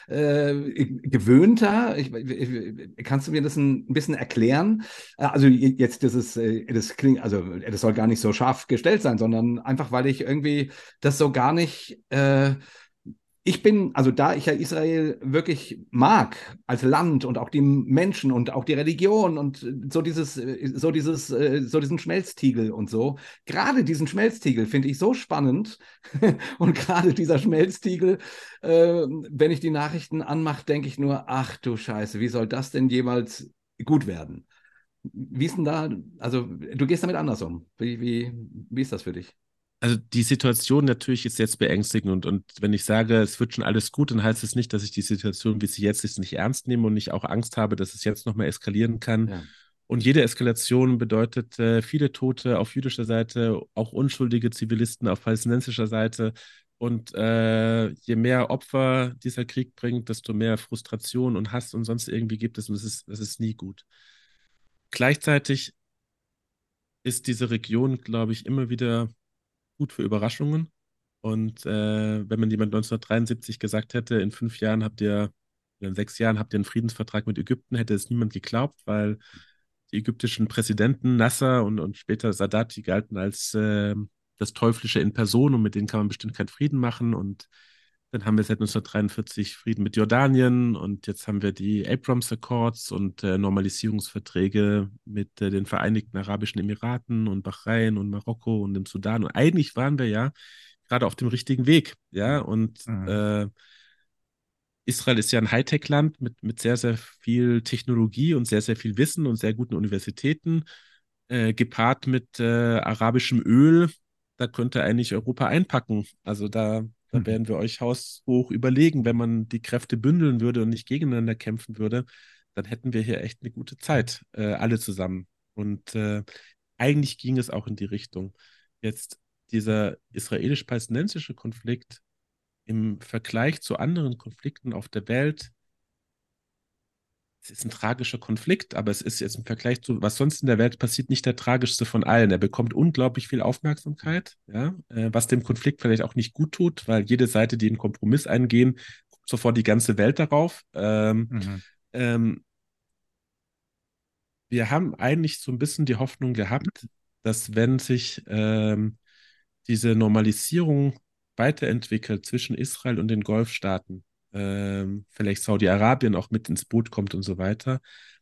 äh, gewöhnter? Ich, ich, kannst du mir das ein, ein bisschen erklären? Äh, Also jetzt, das ist, äh, das klingt, also das soll gar nicht so scharf gestellt sein, sondern einfach, weil ich irgendwie das so gar nicht, äh, ich bin, also da ich ja Israel wirklich mag als Land und auch die Menschen und auch die Religion und so dieses, so dieses, so diesen Schmelztiegel und so. Gerade diesen Schmelztiegel finde ich so spannend. Und gerade dieser Schmelztiegel, äh, wenn ich die Nachrichten anmache, denke ich nur, ach du Scheiße, wie soll das denn jemals gut werden? Wie ist denn da, also du gehst damit anders um. Wie, wie, wie ist das für dich? Also die Situation natürlich ist jetzt beängstigend und, und wenn ich sage, es wird schon alles gut, dann heißt es nicht, dass ich die Situation, wie sie jetzt ist, nicht ernst nehme und nicht auch Angst habe, dass es jetzt nochmal eskalieren kann. Ja. Und jede Eskalation bedeutet äh, viele Tote auf jüdischer Seite, auch unschuldige Zivilisten auf palästinensischer Seite. Und äh, je mehr Opfer dieser Krieg bringt, desto mehr Frustration und Hass und sonst irgendwie gibt es. Und das ist, das ist nie gut. Gleichzeitig ist diese Region, glaube ich, immer wieder gut für Überraschungen. Und äh, wenn man jemand neunzehnhundertdreiundsiebzig gesagt hätte, in fünf Jahren habt ihr, oder in sechs Jahren habt ihr einen Friedensvertrag mit Ägypten, hätte es niemand geglaubt, weil die ägyptischen Präsidenten Nasser und, und später Sadat, die galten als äh, das Teuflische in Person und mit denen kann man bestimmt keinen Frieden machen. Und dann haben wir seit neunzehnhundertdreiundvierzig Frieden mit Jordanien und jetzt haben wir die Abrams Accords und äh, Normalisierungsverträge mit äh, den Vereinigten Arabischen Emiraten und Bahrain und Marokko und dem Sudan. Und eigentlich waren wir ja gerade auf dem richtigen Weg. Ja, und Mhm. äh, Israel ist ja ein Hightech-Land mit, mit sehr, sehr viel Technologie und sehr, sehr viel Wissen und sehr guten Universitäten. äh, gepaart mit äh, arabischem Öl, da könnte eigentlich Europa einpacken. Also da, da Mhm. wären wir euch haushoch überlegen, wenn man die Kräfte bündeln würde und nicht gegeneinander kämpfen würde, dann hätten wir hier echt eine gute Zeit, äh, alle zusammen. Und äh, eigentlich ging es auch in die Richtung. Jetzt dieser israelisch-palästinensische Konflikt im Vergleich zu anderen Konflikten auf der Welt, es ist ein tragischer Konflikt, aber es ist jetzt im Vergleich zu was sonst in der Welt passiert, nicht der tragischste von allen. Er bekommt unglaublich viel Aufmerksamkeit, ja, äh, was dem Konflikt vielleicht auch nicht gut tut, weil jede Seite, die einen Kompromiss eingehen, guckt sofort die ganze Welt darauf. Ähm, Mhm. ähm, wir haben eigentlich so ein bisschen die Hoffnung gehabt, dass wenn sich ähm, diese Normalisierung weiterentwickelt zwischen Israel und den Golfstaaten, ähm, vielleicht Saudi-Arabien auch mit ins Boot kommt und so weiter,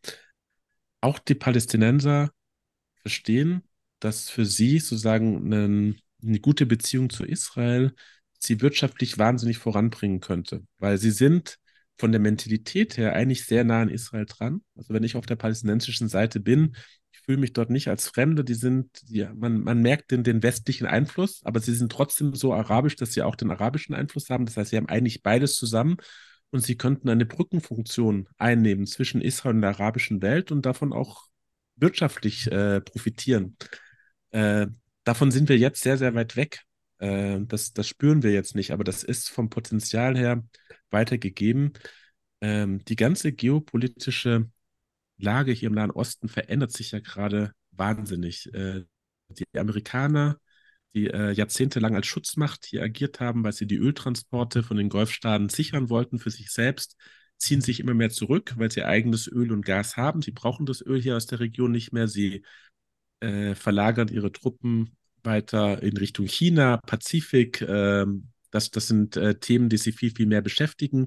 auch die Palästinenser verstehen, dass für sie sozusagen eine, eine gute Beziehung zu Israel sie wirtschaftlich wahnsinnig voranbringen könnte, weil sie sind von der Mentalität her eigentlich sehr nah an Israel dran. Also wenn ich auf der palästinensischen Seite bin, ich fühle mich dort nicht als Fremde, die sind, die, man, man merkt den, den westlichen Einfluss, aber sie sind trotzdem so arabisch, dass sie auch den arabischen Einfluss haben. Das heißt, sie haben eigentlich beides zusammen und sie könnten eine Brückenfunktion einnehmen zwischen Israel und der arabischen Welt und davon auch wirtschaftlich äh, profitieren. Äh, davon sind wir jetzt sehr, sehr weit weg. Äh, das, das spüren wir jetzt nicht, aber das ist vom Potenzial her weitergegeben. Ähm, die ganze geopolitische Lage hier im Nahen Osten verändert sich ja gerade wahnsinnig. Äh, die Amerikaner, die äh, jahrzehntelang als Schutzmacht hier agiert haben, weil sie die Öltransporte von den Golfstaaten sichern wollten für sich selbst, ziehen sich immer mehr zurück, weil sie eigenes Öl und Gas haben. Sie brauchen das Öl hier aus der Region nicht mehr. Sie äh, verlagern ihre Truppen weiter in Richtung China, Pazifik. Ähm, das, das sind äh, Themen, die sie viel, viel mehr beschäftigen.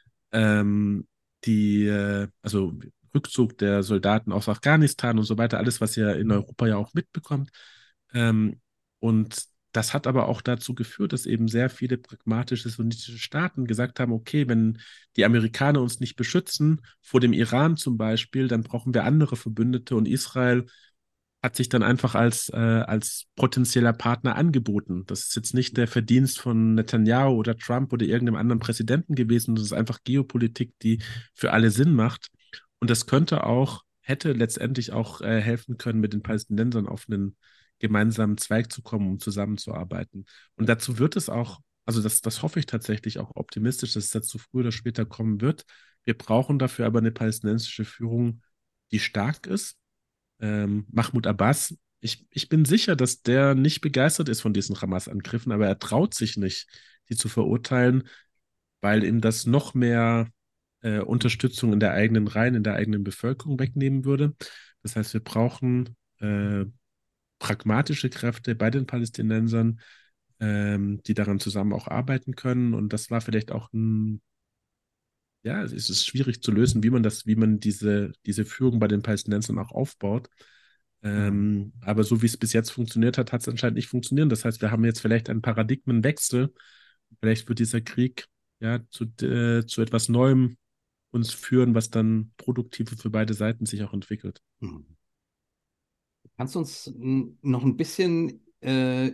Ähm, die, äh, also Rückzug der Soldaten aus Afghanistan und so weiter, alles, was ihr in Europa ja auch mitbekommt. Ähm, und das hat aber auch dazu geführt, dass eben sehr viele pragmatische sunnitische Staaten gesagt haben, okay, wenn die Amerikaner uns nicht beschützen, vor dem Iran zum Beispiel, dann brauchen wir andere Verbündete und Israel hat sich dann einfach als, äh, als potenzieller Partner angeboten. Das ist jetzt nicht der Verdienst von Netanyahu oder Trump oder irgendeinem anderen Präsidenten gewesen. Das ist einfach Geopolitik, die für alle Sinn macht. Und das könnte auch, hätte letztendlich auch äh, helfen können, mit den Palästinensern auf einen gemeinsamen Zweig zu kommen, um zusammenzuarbeiten. Und dazu wird es auch, also das, das hoffe ich tatsächlich auch optimistisch, dass es dazu früher oder später kommen wird. Wir brauchen dafür aber eine palästinensische Führung, die stark ist. Ähm, Mahmoud Abbas, ich, ich bin sicher, dass der nicht begeistert ist von diesen Hamas-Angriffen, aber er traut sich nicht, die zu verurteilen, weil ihm das noch mehr äh, Unterstützung in der eigenen Reihen, in der eigenen Bevölkerung wegnehmen würde. Das heißt, wir brauchen äh, pragmatische Kräfte bei den Palästinensern, ähm, die daran zusammen auch arbeiten können. Und das war vielleicht auch ein, ja, es ist schwierig zu lösen, wie man das, wie man diese, diese Führung bei den Palästinensern auch aufbaut. Ähm, aber so wie es bis jetzt funktioniert hat, hat es anscheinend nicht funktioniert. Das heißt, wir haben jetzt vielleicht einen Paradigmenwechsel. Vielleicht wird dieser Krieg ja zu, äh, zu etwas Neuem uns führen, was dann produktiv für beide Seiten sich auch entwickelt. Mhm. Kannst du uns n- noch ein bisschen äh,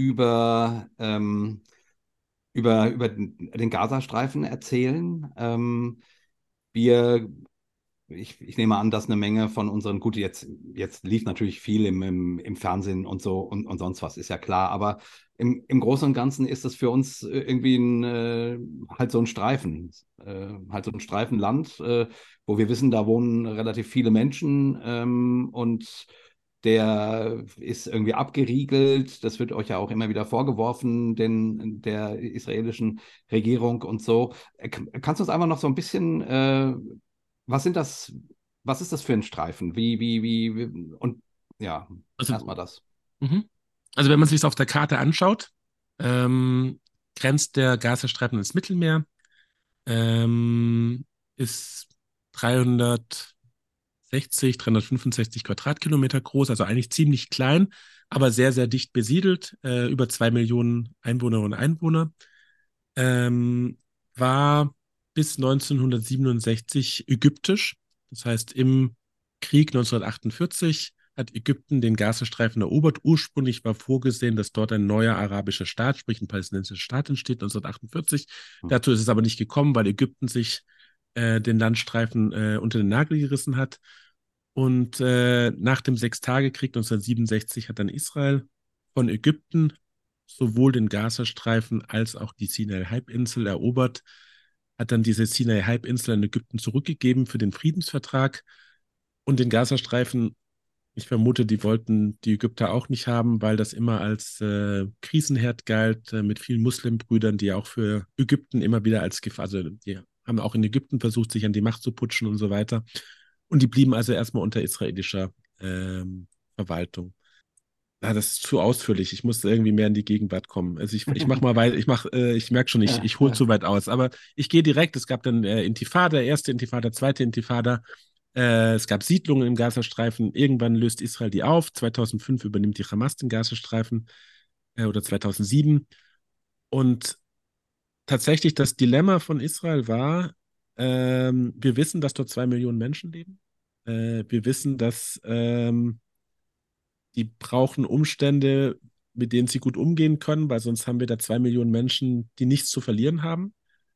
über, ähm, über, über den den Gazastreifen erzählen? Ähm, wir, ich, ich nehme an, dass eine Menge von unseren, gut, jetzt, jetzt lief natürlich viel im, im, im Fernsehen und so und, und sonst was, ist ja klar, aber im, im Großen und Ganzen ist es für uns äh, irgendwie ein, äh, halt so ein Streifen, äh, halt so ein Streifenland, äh, wo wir wissen, da wohnen relativ viele Menschen ähm, und der ist irgendwie abgeriegelt. Das wird euch ja auch immer wieder vorgeworfen, den, der israelischen Regierung und so. Äh, Kannst du uns einfach noch so ein bisschen, äh, was sind das, was ist das für ein Streifen? Wie, wie, wie, wie und ja, Also, erstmal das. mhm. Also wenn man sich es auf der Karte anschaut, ähm, grenzt der Gazastreifen ins Mittelmeer, ähm, ist dreihundertsechzig, dreihundertfünfundsechzig Quadratkilometer groß, also eigentlich ziemlich klein, aber sehr, sehr dicht besiedelt, äh, über zwei Millionen Einwohnerinnen und Einwohner. Ähm, war bis neunzehnhundertsiebenundsechzig ägyptisch. Das heißt, im Krieg neunzehnhundertachtundvierzig hat Ägypten den Gazastreifen erobert. Ursprünglich war vorgesehen, dass dort ein neuer arabischer Staat, sprich ein palästinensischer Staat entsteht, neunzehnhundertachtundvierzig. Mhm. Dazu ist es aber nicht gekommen, weil Ägypten sich äh, den Landstreifen äh, unter den Nagel gerissen hat. Und äh, nach dem Sechstagekrieg neunzehnhundertsiebenundsechzig hat dann Israel von Ägypten sowohl den Gazastreifen als auch die Sinai-Halbinsel erobert, hat dann diese Sinai-Halbinsel an Ägypten zurückgegeben für den Friedensvertrag und den Gazastreifen. Ich vermute, die wollten die Ägypter auch nicht haben, weil das immer als äh, Krisenherd galt, äh, mit vielen Muslimbrüdern, die auch für Ägypten immer wieder als Gefahr, also die haben auch in Ägypten versucht, sich an die Macht zu putschen und so weiter. Und die blieben also erstmal unter israelischer ähm, Verwaltung. Ja, das ist zu ausführlich. Ich muss irgendwie mehr in die Gegenwart kommen. Also ich, ich mach mal weiter. Ich mach, äh, ich merke schon, ich, ich hole zu weit aus. Aber ich gehe direkt. Es gab dann äh, Intifada, erste Intifada, zweite Intifada. Äh, es gab Siedlungen im Gazastreifen. Irgendwann löst Israel die auf. zweitausendfünf übernimmt die Hamas den Gazastreifen äh, oder zweitausendsieben. Und tatsächlich das Dilemma von Israel war, ähm, wir wissen, dass dort zwei Millionen Menschen leben. Äh, wir wissen, dass ähm, die brauchen Umstände, mit denen sie gut umgehen können, weil sonst haben wir da zwei Millionen Menschen, die nichts zu verlieren haben.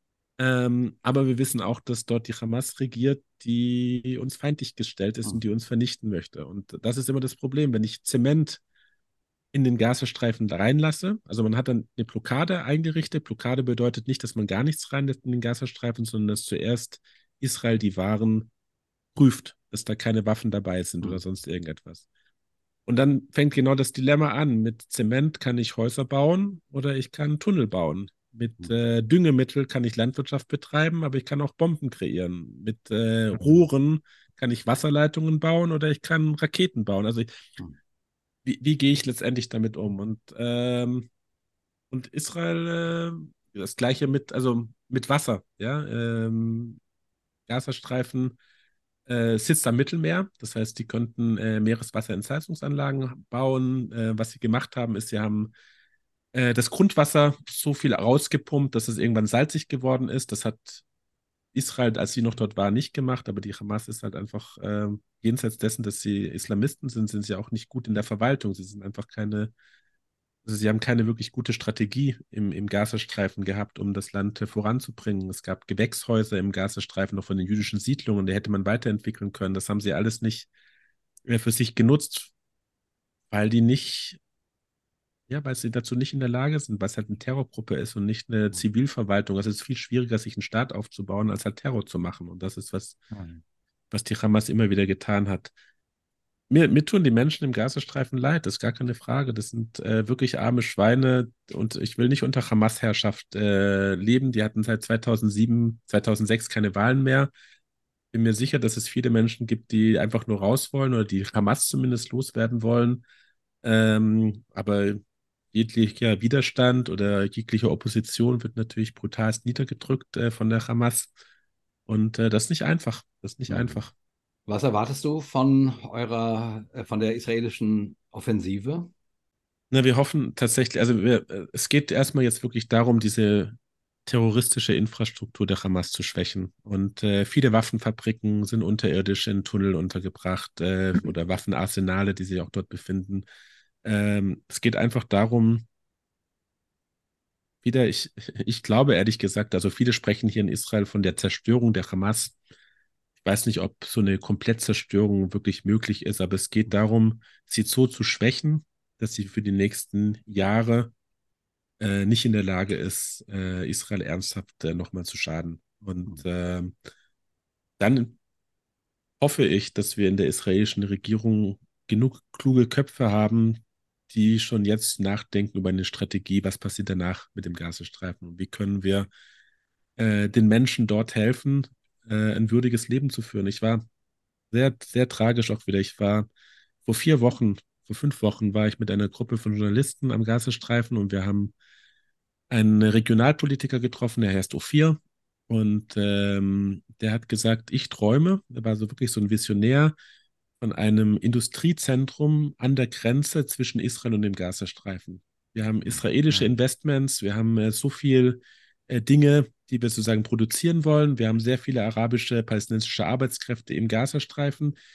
Ähm, aber wir wissen auch, dass dort die Hamas regiert, die uns feindlich gestellt ist und die uns vernichten möchte. Und das ist immer das Problem, wenn ich Zement in den Gazastreifen reinlasse. Also man hat dann eine Blockade eingerichtet. Blockade bedeutet nicht, dass man gar nichts reinlässt in den Gazastreifen, sondern dass zuerst Israel die Waren prüft, dass da keine Waffen dabei sind oder sonst irgendetwas. Und dann fängt genau das Dilemma an. Mit Zement kann ich Häuser bauen oder ich kann Tunnel bauen. Mit äh, Düngemittel kann ich Landwirtschaft betreiben, aber ich kann auch Bomben kreieren. Mit äh, Rohren kann ich Wasserleitungen bauen oder ich kann Raketen bauen. Also ich, wie, wie gehe ich letztendlich damit um? Und, ähm, und Israel äh, das Gleiche mit, also mit Wasser. Ja? Ähm, Gazastreifen äh, sitzt am Mittelmeer. Das heißt, die könnten äh, Meereswasserentsalzungsanlagen bauen. Äh, was sie gemacht haben, ist, sie haben äh, das Grundwasser so viel rausgepumpt, dass es irgendwann salzig geworden ist. Das hat Israel, als sie noch dort war, nicht gemacht, aber die Hamas ist halt einfach äh, jenseits dessen, dass sie Islamisten sind, sind sie auch nicht gut in der Verwaltung. Sie sind einfach keine, also sie haben keine wirklich gute Strategie im, im Gazastreifen gehabt, um das Land äh, voranzubringen. Es gab Gewächshäuser im Gazastreifen noch von den jüdischen Siedlungen, die hätte man weiterentwickeln können. Das haben sie alles nicht mehr für sich genutzt, weil die nicht, ja, weil sie dazu nicht in der Lage sind, weil es halt eine Terrorgruppe ist und nicht eine Zivilverwaltung. Also es ist viel schwieriger, sich einen Staat aufzubauen, als halt Terror zu machen. Und das ist was, was die Hamas immer wieder getan hat. Mir, mir tun die Menschen im Gazastreifen leid, das ist gar keine Frage. Das sind äh, wirklich arme Schweine und ich will nicht unter Hamas-Herrschaft äh, leben. Die hatten seit zweitausendsieben, zweitausendsechs keine Wahlen mehr. Bin mir sicher, dass es viele Menschen gibt, die einfach nur raus wollen oder die Hamas zumindest loswerden wollen. Ähm, aber jeglicher Widerstand oder jegliche Opposition wird natürlich brutalst niedergedrückt äh, von der Hamas. Und äh, das ist nicht einfach. Das ist nicht Mhm. einfach. Was erwartest du von eurer, äh, von der israelischen Offensive? Na, wir hoffen tatsächlich, also wir, äh, es geht erstmal jetzt wirklich darum, diese terroristische Infrastruktur der Hamas zu schwächen. Und äh, viele Waffenfabriken sind unterirdisch in Tunnel untergebracht äh, oder Waffenarsenale, die sich auch dort befinden. Ähm, es geht einfach darum, wieder, ich, ich glaube ehrlich gesagt, also viele sprechen hier in Israel von der Zerstörung der Hamas. Ich weiß nicht, ob so eine Komplettzerstörung wirklich möglich ist, aber es geht darum, sie so zu schwächen, dass sie für die nächsten Jahre äh, nicht in der Lage ist, äh, Israel ernsthaft äh, nochmal zu schaden. Und äh, dann hoffe ich, dass wir in der israelischen Regierung genug kluge Köpfe haben, die schon jetzt nachdenken über eine Strategie, was passiert danach mit dem Gazastreifen und wie können wir äh, den Menschen dort helfen, äh, ein würdiges Leben zu führen. Ich war sehr, sehr tragisch auch wieder. Ich war vor vier Wochen, vor fünf Wochen war ich mit einer Gruppe von Journalisten am Gazastreifen und wir haben einen Regionalpolitiker getroffen, der heißt Ophir. Und ähm, der hat gesagt, ich träume, er war so wirklich so ein Visionär von einem Industriezentrum an der Grenze zwischen Israel und dem Gazastreifen. Wir haben israelische Investments, wir haben äh, so viel äh, Dinge, die wir sozusagen produzieren wollen. Wir haben sehr viele arabische, palästinensische Arbeitskräfte im Gazastreifen,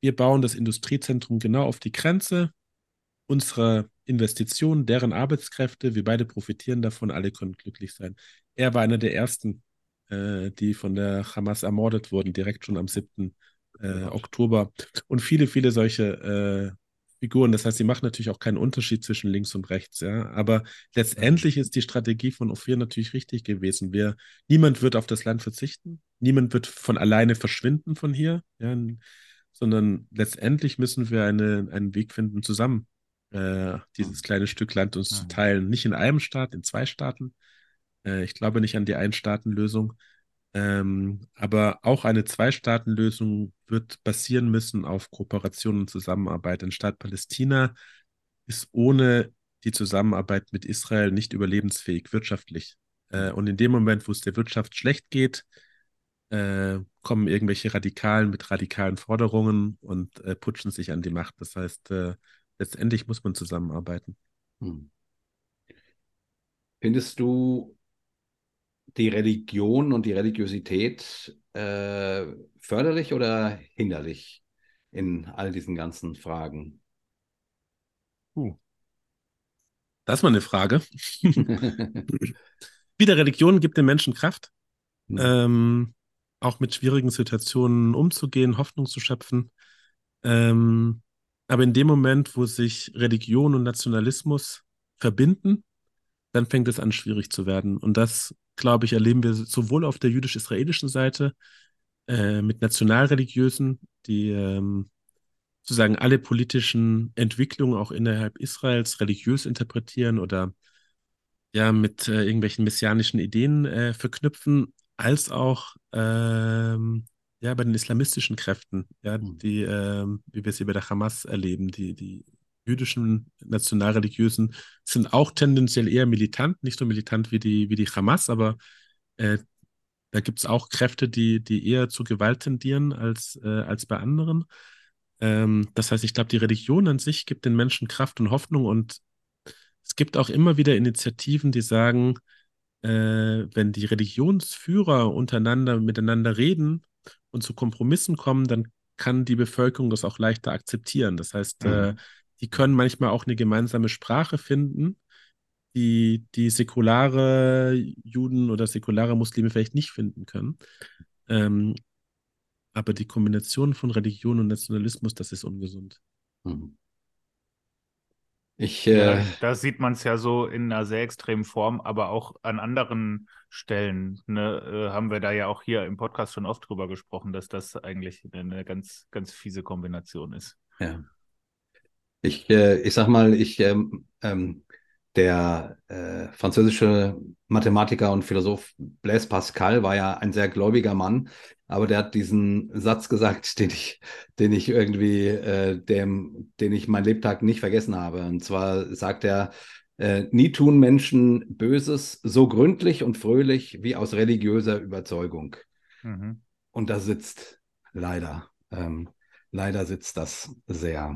wir bauen das Industriezentrum genau auf die Grenze unserer Investitionen, deren Arbeitskräfte, wir beide profitieren davon, alle können glücklich sein. Er war einer der ersten, äh, die von der Hamas ermordet wurden, direkt schon am siebten Äh, Oktober. Und viele, viele solche äh, Figuren. Das heißt, sie machen natürlich auch keinen Unterschied zwischen links und rechts, ja. Aber letztendlich ist die Strategie von Ophir natürlich richtig gewesen. Wir, niemand wird auf das Land verzichten, niemand wird von alleine verschwinden von hier, ja, sondern letztendlich müssen wir eine, einen Weg finden, zusammen äh, dieses kleine Stück Land uns zu teilen. Nicht in einem Staat, in zwei Staaten. Äh, ich glaube nicht an die Ein-Staaten-Lösung. Ähm, aber auch eine Zwei-Staaten-Lösung wird basieren müssen auf Kooperation und Zusammenarbeit. Ein Staat Palästina ist ohne die Zusammenarbeit mit Israel nicht überlebensfähig wirtschaftlich. Äh, und in dem Moment, wo es der Wirtschaft schlecht geht, äh, kommen irgendwelche Radikalen mit radikalen Forderungen und äh, putschen sich an die Macht. Das heißt, äh, letztendlich muss man zusammenarbeiten. Hm. Findest du die Religion und die Religiosität äh, förderlich oder hinderlich in all diesen ganzen Fragen? Uh. Das ist mal eine Frage. Wieder Religion gibt den Menschen Kraft, Hm. ähm, auch mit schwierigen Situationen umzugehen, Hoffnung zu schöpfen. Ähm, aber in dem Moment, wo sich Religion und Nationalismus verbinden, dann fängt es an, schwierig zu werden. Und das, glaube ich, erleben wir sowohl auf der jüdisch-israelischen Seite äh, mit Nationalreligiösen, die ähm, sozusagen alle politischen Entwicklungen auch innerhalb Israels religiös interpretieren oder ja mit äh, irgendwelchen messianischen Ideen äh, verknüpfen, als auch ähm, ja bei den islamistischen Kräften, ja, Hm. die, ähm, wie wir sie bei der Hamas erleben, die, die jüdischen Nationalreligiösen sind auch tendenziell eher militant, nicht so militant wie die, wie die Hamas, aber äh, da gibt es auch Kräfte, die, die eher zu Gewalt tendieren als, äh, als bei anderen. Ähm, das heißt, ich glaube, die Religion an sich gibt den Menschen Kraft und Hoffnung und es gibt auch immer wieder Initiativen, die sagen, äh, wenn die Religionsführer untereinander miteinander reden und zu Kompromissen kommen, dann kann die Bevölkerung das auch leichter akzeptieren. Das heißt, äh, Mhm. die können manchmal auch eine gemeinsame Sprache finden, die die säkulare Juden oder säkulare Muslime vielleicht nicht finden können. Ähm, aber die Kombination von Religion und Nationalismus, das ist ungesund. Mhm. Ich, Ja, äh, da sieht man es ja so in einer sehr extremen Form, aber auch an anderen Stellen, ne, äh, haben wir da ja auch hier im Podcast schon oft drüber gesprochen, dass das eigentlich eine ganz, ganz fiese Kombination ist. ja. Ich, äh, ich sag mal, ich, ähm, ähm, der äh, französische Mathematiker und Philosoph Blaise Pascal war ja ein sehr gläubiger Mann, aber der hat diesen Satz gesagt, den ich, den ich irgendwie, äh, dem, den ich mein Lebtag nicht vergessen habe. Und zwar sagt er, äh, nie tun Menschen Böses so gründlich und fröhlich wie aus religiöser Überzeugung. Mhm. Und da sitzt leider, ähm, leider sitzt das sehr.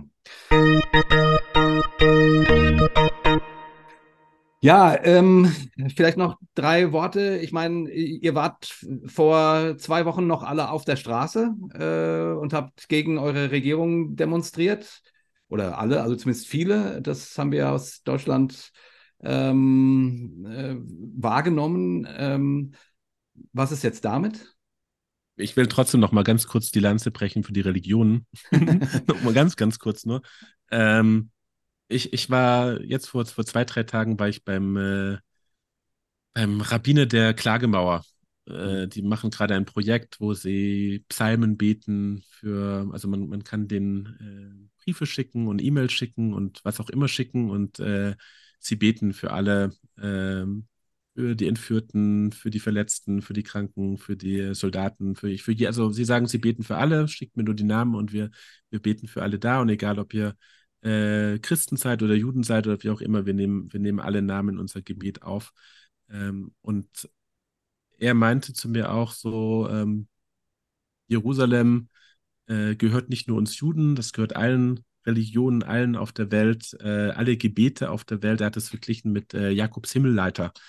Ja, ähm, vielleicht noch drei Worte. Ich meine, ihr wart vor zwei Wochen noch alle auf der Straße äh, und habt gegen eure Regierung demonstriert. Oder alle, also zumindest viele. Das haben wir aus Deutschland ähm, äh, wahrgenommen. Ähm, was ist jetzt damit? Ich will trotzdem noch mal ganz kurz die Lanze brechen für die Religionen. Noch mal ganz, ganz kurz nur. Ähm, ich, ich war jetzt vor, vor zwei, drei Tagen war ich beim, äh, beim Rabbiner der Klagemauer. Äh, die machen gerade ein Projekt, wo sie Psalmen beten für, also man, man kann denen äh, Briefe schicken und E-Mails schicken und was auch immer schicken und äh, sie beten für alle, ähm, für die Entführten, für die Verletzten, für die Kranken, für die Soldaten, für, für je, also sie sagen, sie beten für alle, schickt mir nur die Namen und wir, wir beten für alle da und egal, ob ihr äh, Christen seid oder Juden seid oder wie auch immer, wir nehmen, wir nehmen alle Namen in unser Gebet auf. Ähm, und er meinte zu mir auch so, ähm, Jerusalem äh, gehört nicht nur uns Juden, das gehört allen Religionen, allen auf der Welt, äh, alle Gebete auf der Welt. Er hat es verglichen mit äh, Jakobs Himmelleiter.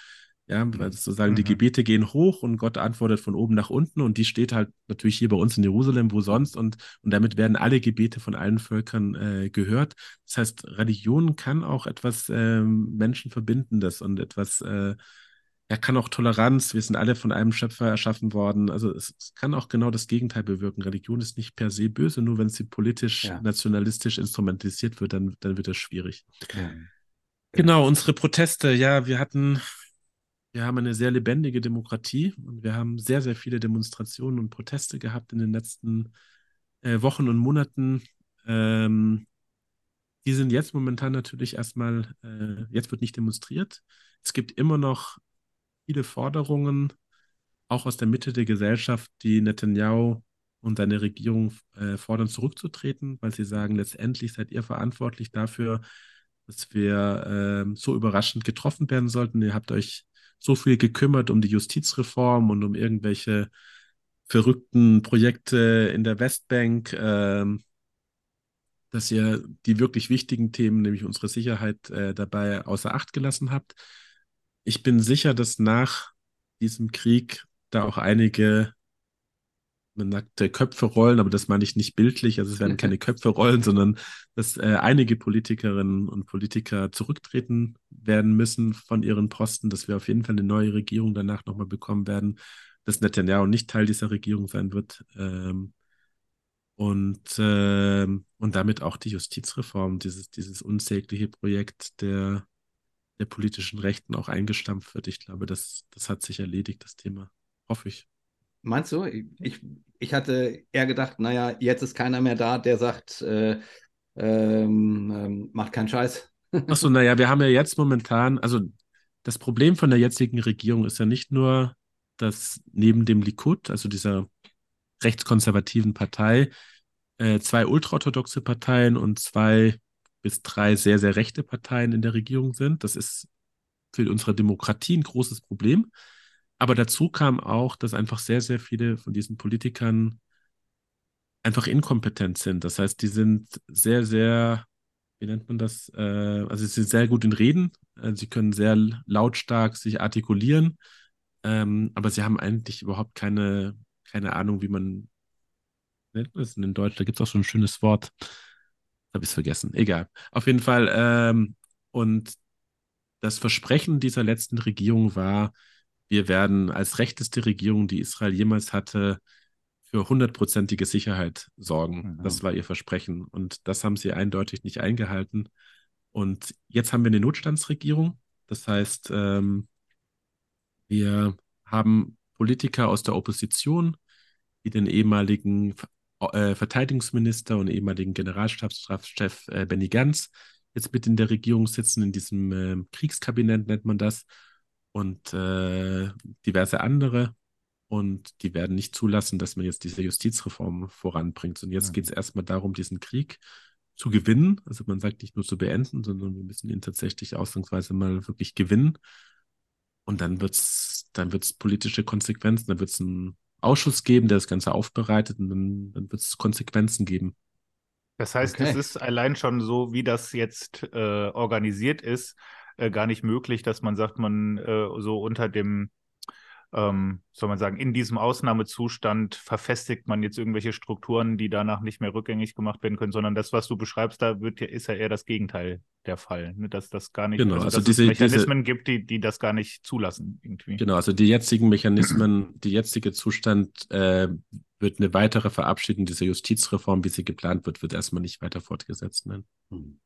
Ja, weil sozusagen die Mhm. Gebete gehen hoch und Gott antwortet von oben nach unten und die steht halt natürlich hier bei uns in Jerusalem, wo sonst und, und damit werden alle Gebete von allen Völkern äh, gehört. Das heißt, Religion kann auch etwas ähm, Menschenverbindendes und etwas, äh, ja, kann auch Toleranz, wir sind alle von einem Schöpfer erschaffen worden. Also es, es kann auch genau das Gegenteil bewirken. Religion ist nicht per se böse, nur wenn sie politisch, Ja, nationalistisch instrumentalisiert wird, dann, dann wird das schwierig. ja, genau. Genau, unsere Proteste, ja, wir hatten wir haben eine sehr lebendige Demokratie und wir haben sehr, sehr viele Demonstrationen und Proteste gehabt in den letzten äh, Wochen und Monaten. Ähm, die sind jetzt momentan natürlich erstmal, äh, jetzt wird nicht demonstriert. Es gibt immer noch viele Forderungen, auch aus der Mitte der Gesellschaft, die Netanyahu und seine Regierung äh, fordern, zurückzutreten, weil sie sagen, letztendlich seid ihr verantwortlich dafür, dass wir ähm, so überraschend getroffen werden sollten. Ihr habt euch so viel gekümmert um die Justizreform und um irgendwelche verrückten Projekte in der Westbank, ähm, dass ihr die wirklich wichtigen Themen, nämlich unsere Sicherheit, äh, dabei außer Acht gelassen habt. Ich bin sicher, dass nach diesem Krieg da auch einige nackte Köpfe rollen, aber das meine ich nicht bildlich, also es werden keine Köpfe rollen, sondern dass äh, einige Politikerinnen und Politiker zurücktreten werden müssen von ihren Posten, dass wir auf jeden Fall eine neue Regierung danach nochmal bekommen werden, dass Netanyahu nicht Teil dieser Regierung sein wird ähm, und, ähm, und damit auch die Justizreform, dieses, dieses unsägliche Projekt der, der politischen Rechten auch eingestampft wird. Ich glaube, das, das hat sich erledigt, das Thema. Hoffe ich. Meinst du? Ich, ich hatte eher gedacht, naja, jetzt ist keiner mehr da, der sagt, äh, ähm, ähm, macht keinen Scheiß. Achso, naja, wir haben ja jetzt momentan, also das Problem von der jetzigen Regierung ist ja nicht nur, dass neben dem Likud, also dieser rechtskonservativen Partei, äh, zwei ultraorthodoxe Parteien und zwei bis drei sehr, sehr rechte Parteien in der Regierung sind. Das ist für unsere Demokratie ein großes Problem. Aber dazu kam auch, dass einfach sehr, sehr viele von diesen Politikern einfach inkompetent sind. Das heißt, die sind sehr, sehr, wie nennt man das? Äh, also sie sind sehr gut in Reden, äh, sie können sehr lautstark sich artikulieren, ähm, aber sie haben eigentlich überhaupt keine, keine Ahnung, wie man, nennt man das denn in Deutsch? Da gibt es auch so ein schönes Wort. Habe ich es vergessen. Egal. Auf jeden Fall. Ähm, und das Versprechen dieser letzten Regierung war, wir werden als rechteste Regierung, die Israel jemals hatte, für hundertprozentige Sicherheit sorgen. Das Mhm. war ihr Versprechen. Und das haben sie eindeutig nicht eingehalten. Und jetzt haben wir eine Notstandsregierung. Das heißt, ähm, wir haben Politiker aus der Opposition, die den ehemaligen äh, Verteidigungsminister und ehemaligen Generalstabschef äh, Benny Gantz jetzt mit in der Regierung sitzen, in diesem äh, Kriegskabinett nennt man das, und äh, diverse andere. Und die werden nicht zulassen, dass man jetzt diese Justizreform voranbringt. Und jetzt geht es Mhm. erstmal darum, diesen Krieg zu gewinnen. Also man sagt nicht nur zu beenden, sondern wir müssen ihn tatsächlich ausnahmsweise mal wirklich gewinnen. Und dann wird es dann wird's politische Konsequenzen, dann wird es einen Ausschuss geben, der das Ganze aufbereitet und dann, dann wird es Konsequenzen geben. Das heißt, es Okay. ist allein schon so, wie das jetzt äh, organisiert ist, äh, gar nicht möglich, dass man sagt, man äh, so unter dem, ähm, soll man sagen, in diesem Ausnahmezustand verfestigt man jetzt irgendwelche Strukturen, die danach nicht mehr rückgängig gemacht werden können, sondern das, was du beschreibst, da wird, ja- ist ja eher das Gegenteil der Fall, ne? Dass das gar nicht, Genau, also also dass es diese, diese, Mechanismen gibt, die, die das gar nicht zulassen irgendwie. genau, also die jetzigen Mechanismen, die jetzige Zustand äh, wird eine weitere Verabschiedung dieser Justizreform, wie sie geplant wird, wird erstmal nicht weiter fortgesetzt. Nein. Hm.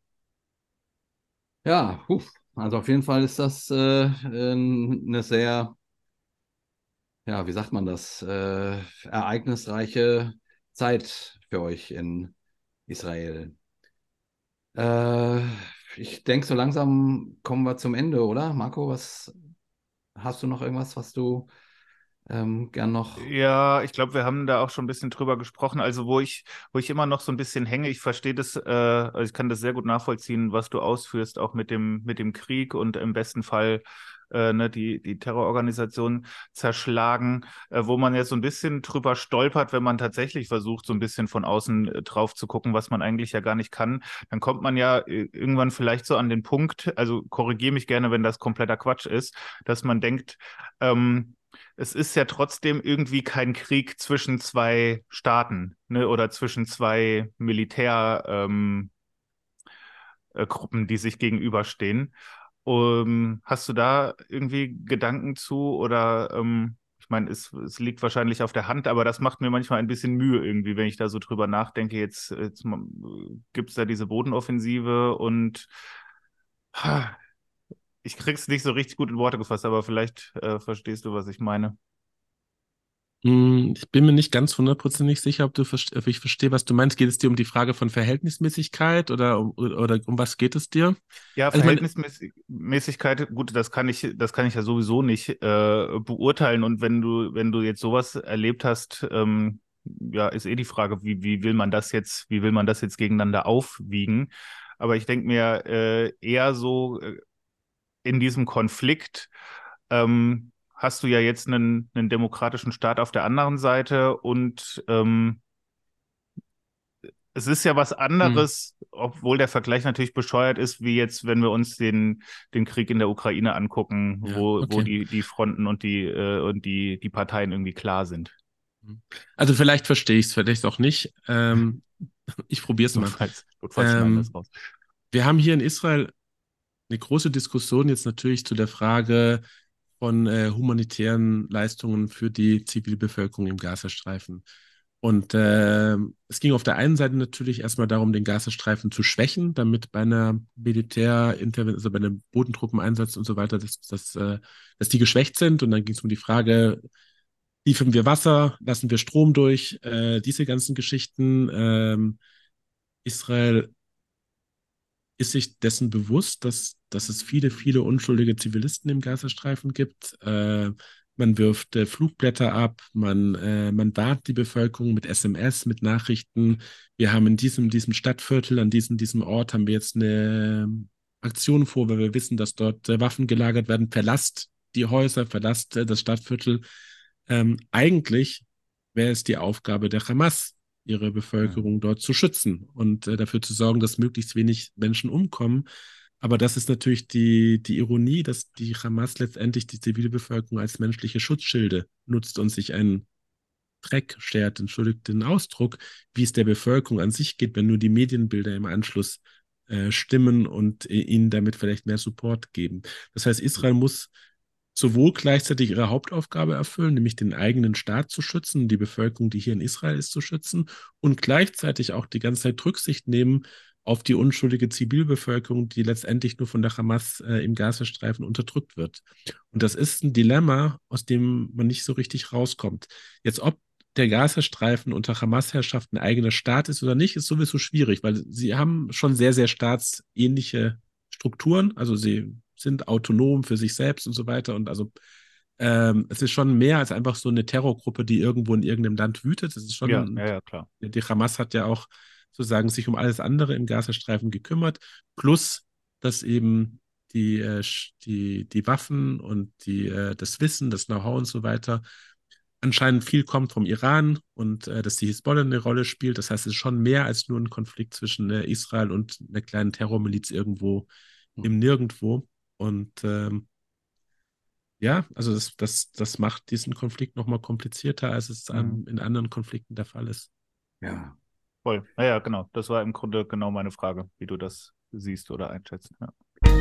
Ja, huf. Also auf jeden Fall ist das äh, eine sehr, ja, wie sagt man das, äh, ereignisreiche Zeit für euch in Israel. Äh, Ich denke, so langsam kommen wir zum Ende, oder? Marco, was hast du noch irgendwas, was du ähm, gern noch? Ja, ich glaube, wir haben da auch schon ein bisschen drüber gesprochen. Also, wo ich, wo ich immer noch so ein bisschen hänge, ich verstehe das, äh, also ich kann das sehr gut nachvollziehen, was du ausführst, auch mit dem, mit dem Krieg und im besten Fall äh, ne, die, die Terrororganisation zerschlagen, äh, wo man jetzt so ein bisschen drüber stolpert, wenn man tatsächlich versucht, so ein bisschen von außen äh, drauf zu gucken, was man eigentlich ja gar nicht kann. Dann kommt man ja äh, irgendwann vielleicht so an den Punkt, also korrigiere mich gerne, wenn das kompletter Quatsch ist, dass man denkt, ähm, es ist ja trotzdem irgendwie kein Krieg zwischen zwei Staaten, ne, oder zwischen zwei Militärgruppen, ähm, äh, Gruppen, die sich gegenüberstehen. Um, hast du da irgendwie Gedanken zu oder ähm, ich meine, es, es liegt wahrscheinlich auf der Hand, aber das macht mir manchmal ein bisschen Mühe irgendwie, wenn ich da so drüber nachdenke. Jetzt, jetzt gibt es da diese Bodenoffensive und ha, ich krieg's nicht so richtig gut in Worte gefasst, aber vielleicht äh, verstehst du, was ich meine. Hm, Ich bin mir nicht ganz hundertprozentig sicher, ob du verste- ob ich verstehe, was du meinst. Geht es dir um die Frage von Verhältnismäßigkeit oder um, oder um was geht es dir? Ja, Also ich meine, Verhältnismäßigkeit, gut, das kann ich, das kann ich ja sowieso nicht äh, beurteilen. Und wenn du, wenn du jetzt sowas erlebt hast, ähm, ja, ist eh die Frage, wie, wie will man das jetzt, wie will man das jetzt gegeneinander aufwiegen? Aber ich denke mir äh, eher so äh, in diesem Konflikt, ähm, hast du ja jetzt einen, einen demokratischen Staat auf der anderen Seite und ähm, es ist ja was hm, anderes, obwohl der Vergleich natürlich bescheuert ist, wie jetzt, wenn wir uns den, den Krieg in der Ukraine angucken, ja, wo, wo okay. die, die Fronten und die, äh, und die, die Parteien irgendwie klar sind. Also vielleicht verstehe ich es, vielleicht auch nicht. Ähm, ich probiere es mal. Notfalls, notfalls schneiden wir es Ähm, raus. wir haben hier in Israel eine große Diskussion jetzt natürlich zu der Frage von äh, humanitären Leistungen für die Zivilbevölkerung im Gazastreifen. Und äh, es ging auf der einen Seite natürlich erstmal darum, den Gazastreifen zu schwächen, damit bei einer Militärintervention, also bei einem Bodentruppeneinsatz und so weiter, dass, dass, äh, dass die geschwächt sind. Und dann ging es um die Frage, liefern wir Wasser, lassen wir Strom durch, äh, diese ganzen Geschichten. Ähm, Israel ist sich dessen bewusst, dass, dass es viele, viele unschuldige Zivilisten im Gazastreifen gibt. Äh, man wirft äh, Flugblätter ab, man, äh, man warnt die Bevölkerung mit S M S, mit Nachrichten. Wir haben in diesem, diesem Stadtviertel, an diesem, diesem Ort, haben wir jetzt eine Aktion vor, weil wir wissen, dass dort äh, Waffen gelagert werden. Verlasst die Häuser, verlasst äh, das Stadtviertel. Ähm, eigentlich wäre es die Aufgabe der Hamas, ihre Mhm. Bevölkerung dort zu schützen und äh, dafür zu sorgen, dass möglichst wenig Menschen umkommen. Aber das ist natürlich die, die Ironie, dass die Hamas letztendlich die zivile Bevölkerung als menschliche Schutzschilde nutzt und sich einen Dreck schert, entschuldigt den Ausdruck, wie es der Bevölkerung an sich geht, wenn nur die Medienbilder im Anschluss äh, stimmen und äh, ihnen damit vielleicht mehr Support geben. Das heißt, Israel muss sowohl gleichzeitig ihre Hauptaufgabe erfüllen, nämlich den eigenen Staat zu schützen, die Bevölkerung, die hier in Israel ist, zu schützen und gleichzeitig auch die ganze Zeit Rücksicht nehmen auf die unschuldige Zivilbevölkerung, die letztendlich nur von der Hamas äh, im Gazastreifen unterdrückt wird. Und das ist ein Dilemma, aus dem man nicht so richtig rauskommt. Jetzt, ob der Gazastreifen unter Hamas-Herrschaft ein eigener Staat ist oder nicht, ist sowieso schwierig, weil sie haben schon sehr, sehr staatsähnliche Strukturen. Also sie sind autonom für sich selbst und so weiter. Und also ähm, es ist schon mehr als einfach so eine Terrorgruppe, die irgendwo in irgendeinem Land wütet. Es ist Ja, ja, schon, ja, klar. die Hamas hat ja auch sozusagen sich um alles andere im Gazastreifen gekümmert, plus dass eben die, äh, die, die Waffen und die, äh, das Wissen, das Know-how und so weiter anscheinend viel kommt vom Iran und äh, dass die Hisbollah eine Rolle spielt. Das heißt, es ist schon mehr als nur ein Konflikt zwischen äh, Israel und einer kleinen Terrormiliz irgendwo im Nirgendwo. Und ähm, ja, also das, das, das macht diesen Konflikt nochmal komplizierter, als es Mhm. an, in anderen Konflikten der Fall ist. Ja. Voll. Ja, ja, genau. Das war im Grunde genau meine Frage, wie du das siehst oder einschätzt. Ja.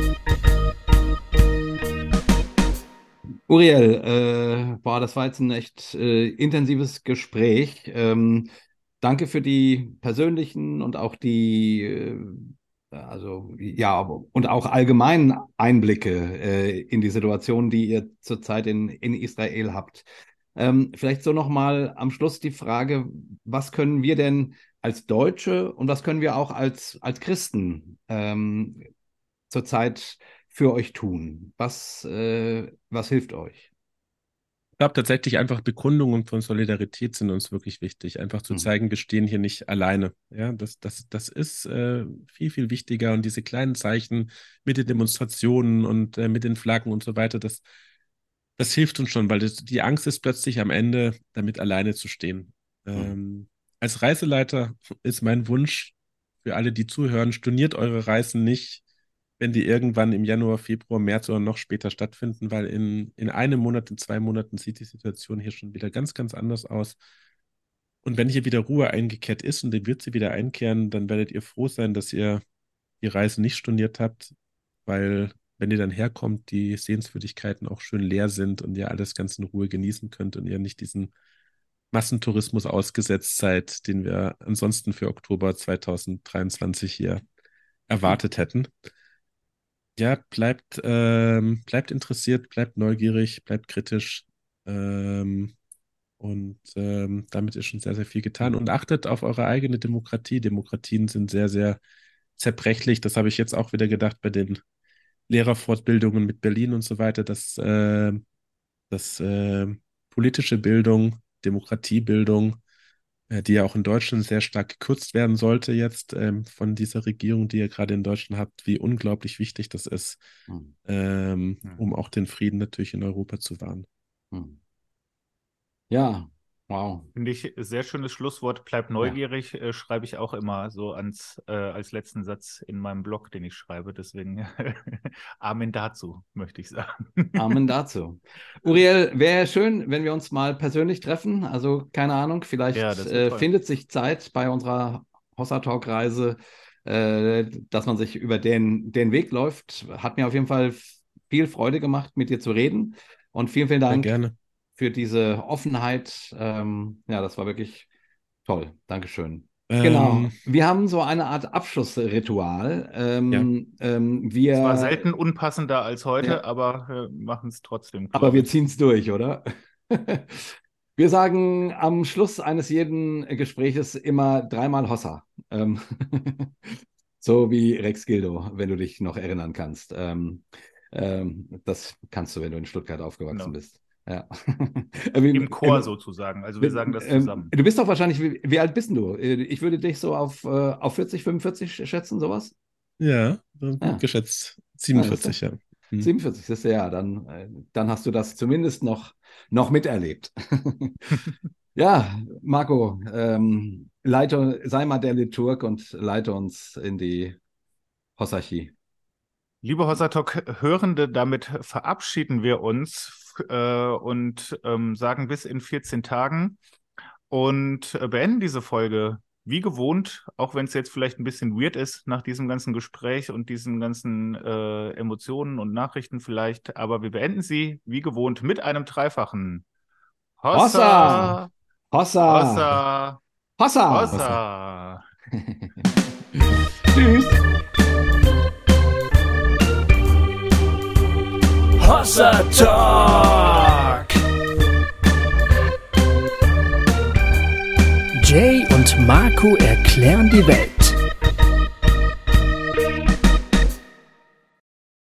Uriel, äh, boah, das war jetzt ein echt äh, intensives Gespräch. Ähm, danke für die persönlichen und auch die, äh, also ja, und auch allgemeinen Einblicke äh, in die Situation, die ihr zurzeit in, in Israel habt. Ähm, vielleicht so nochmal am Schluss die Frage, was können wir denn als Deutsche und was können wir auch als, als Christen ähm, zurzeit für euch tun? Was, äh, was hilft euch? glaube tatsächlich einfach Bekundungen von Solidarität sind uns wirklich wichtig. Einfach zu Mhm. zeigen, wir stehen hier nicht alleine. Ja, das, das, das ist äh, viel, viel wichtiger. Und diese kleinen Zeichen mit den Demonstrationen und äh, mit den Flaggen und so weiter, das, das hilft uns schon, weil das, die Angst ist plötzlich am Ende, damit alleine zu stehen. Ähm, als Reiseleiter ist mein Wunsch für alle, die zuhören, storniert eure Reisen nicht, wenn die irgendwann im Januar, Februar, März oder noch später stattfinden, weil in, in einem Monat, in zwei Monaten sieht die Situation hier schon wieder ganz, ganz anders aus. Und wenn hier wieder Ruhe eingekehrt ist und dann wird sie wieder einkehren, dann werdet ihr froh sein, dass ihr die Reise nicht storniert habt, weil wenn ihr dann herkommt, die Sehenswürdigkeiten auch schön leer sind und ihr alles ganz in Ruhe genießen könnt und ihr nicht diesen Massentourismus ausgesetzt seid, den wir ansonsten für Oktober zweitausenddreiundzwanzig hier erwartet hätten. Ja, bleibt, ähm, bleibt interessiert, bleibt neugierig, bleibt kritisch. Ähm, und ähm, damit ist schon sehr, sehr viel getan. Und achtet auf eure eigene Demokratie. Demokratien sind sehr, sehr zerbrechlich. Das habe ich jetzt auch wieder gedacht bei den Lehrerfortbildungen mit Berlin und so weiter, dass, äh, dass äh, politische Bildung, Demokratiebildung, äh, die ja auch in Deutschland sehr stark gekürzt werden sollte jetzt ähm, von dieser Regierung, die ihr gerade in Deutschland habt, wie unglaublich wichtig das ist, Mhm. ähm, Mhm. um auch den Frieden natürlich in Europa zu wahren. Mhm. Ja, wow. Finde ich ein sehr schönes Schlusswort. Bleib neugierig, äh, schreibe ich auch immer so ans, äh, als letzten Satz in meinem Blog, den ich schreibe. Deswegen Amen dazu, möchte ich sagen. Amen dazu. Uriel, wäre schön, wenn wir uns mal persönlich treffen. Also keine Ahnung, vielleicht Ja, das wär äh, toll. findet sich Zeit bei unserer Hossa Talk-Reise, äh, dass man sich über den, den Weg läuft. Hat mir auf jeden Fall viel Freude gemacht, mit dir zu reden. Und vielen, vielen Sehr Dank gerne. für diese Offenheit. Ähm, ja, das war wirklich toll. Dankeschön. Ähm, Genau. Wir haben so eine Art Abschlussritual. Ähm, ähm, wir, Es war selten unpassender als heute, Ja. aber wir machen es trotzdem. glaub aber wir ich. ziehen es durch, oder? Wir sagen am Schluss eines jeden Gespräches immer dreimal Hossa. Ähm, so wie Rex Gildo, wenn du dich noch erinnern kannst. Ähm, ähm, das kannst du, wenn du in Stuttgart aufgewachsen Genau. bist. Ja. Im Chor Ähm, sozusagen. Also wir sagen das ähm, zusammen. Du bist doch wahrscheinlich, wie, wie alt bist denn du? Ich würde dich so auf, äh, auf vierzig, fünfundvierzig schätzen, sowas? ja, gut Ja. geschätzt. Ah, siebenundvierzig, ja. Hm. siebenundvierzig, das ist ja, dann, äh, dann hast du das zumindest noch, noch miterlebt. Ja, Marco, ähm, leite, sei mal der Liturg und leite uns in die Hossarchie. Liebe Hossatalk-Hörende, damit verabschieden wir uns äh, und ähm, sagen bis in vierzehn Tagen und äh, beenden diese Folge wie gewohnt, auch wenn es jetzt vielleicht ein bisschen weird ist nach diesem ganzen Gespräch und diesen ganzen äh, Emotionen und Nachrichten vielleicht, aber wir beenden sie wie gewohnt mit einem dreifachen Hossa! Hossa! Hossa! Hossa! Hossa! Hossa! Tschüss! Hossa Talk. Jay und Marco erklären die Welt.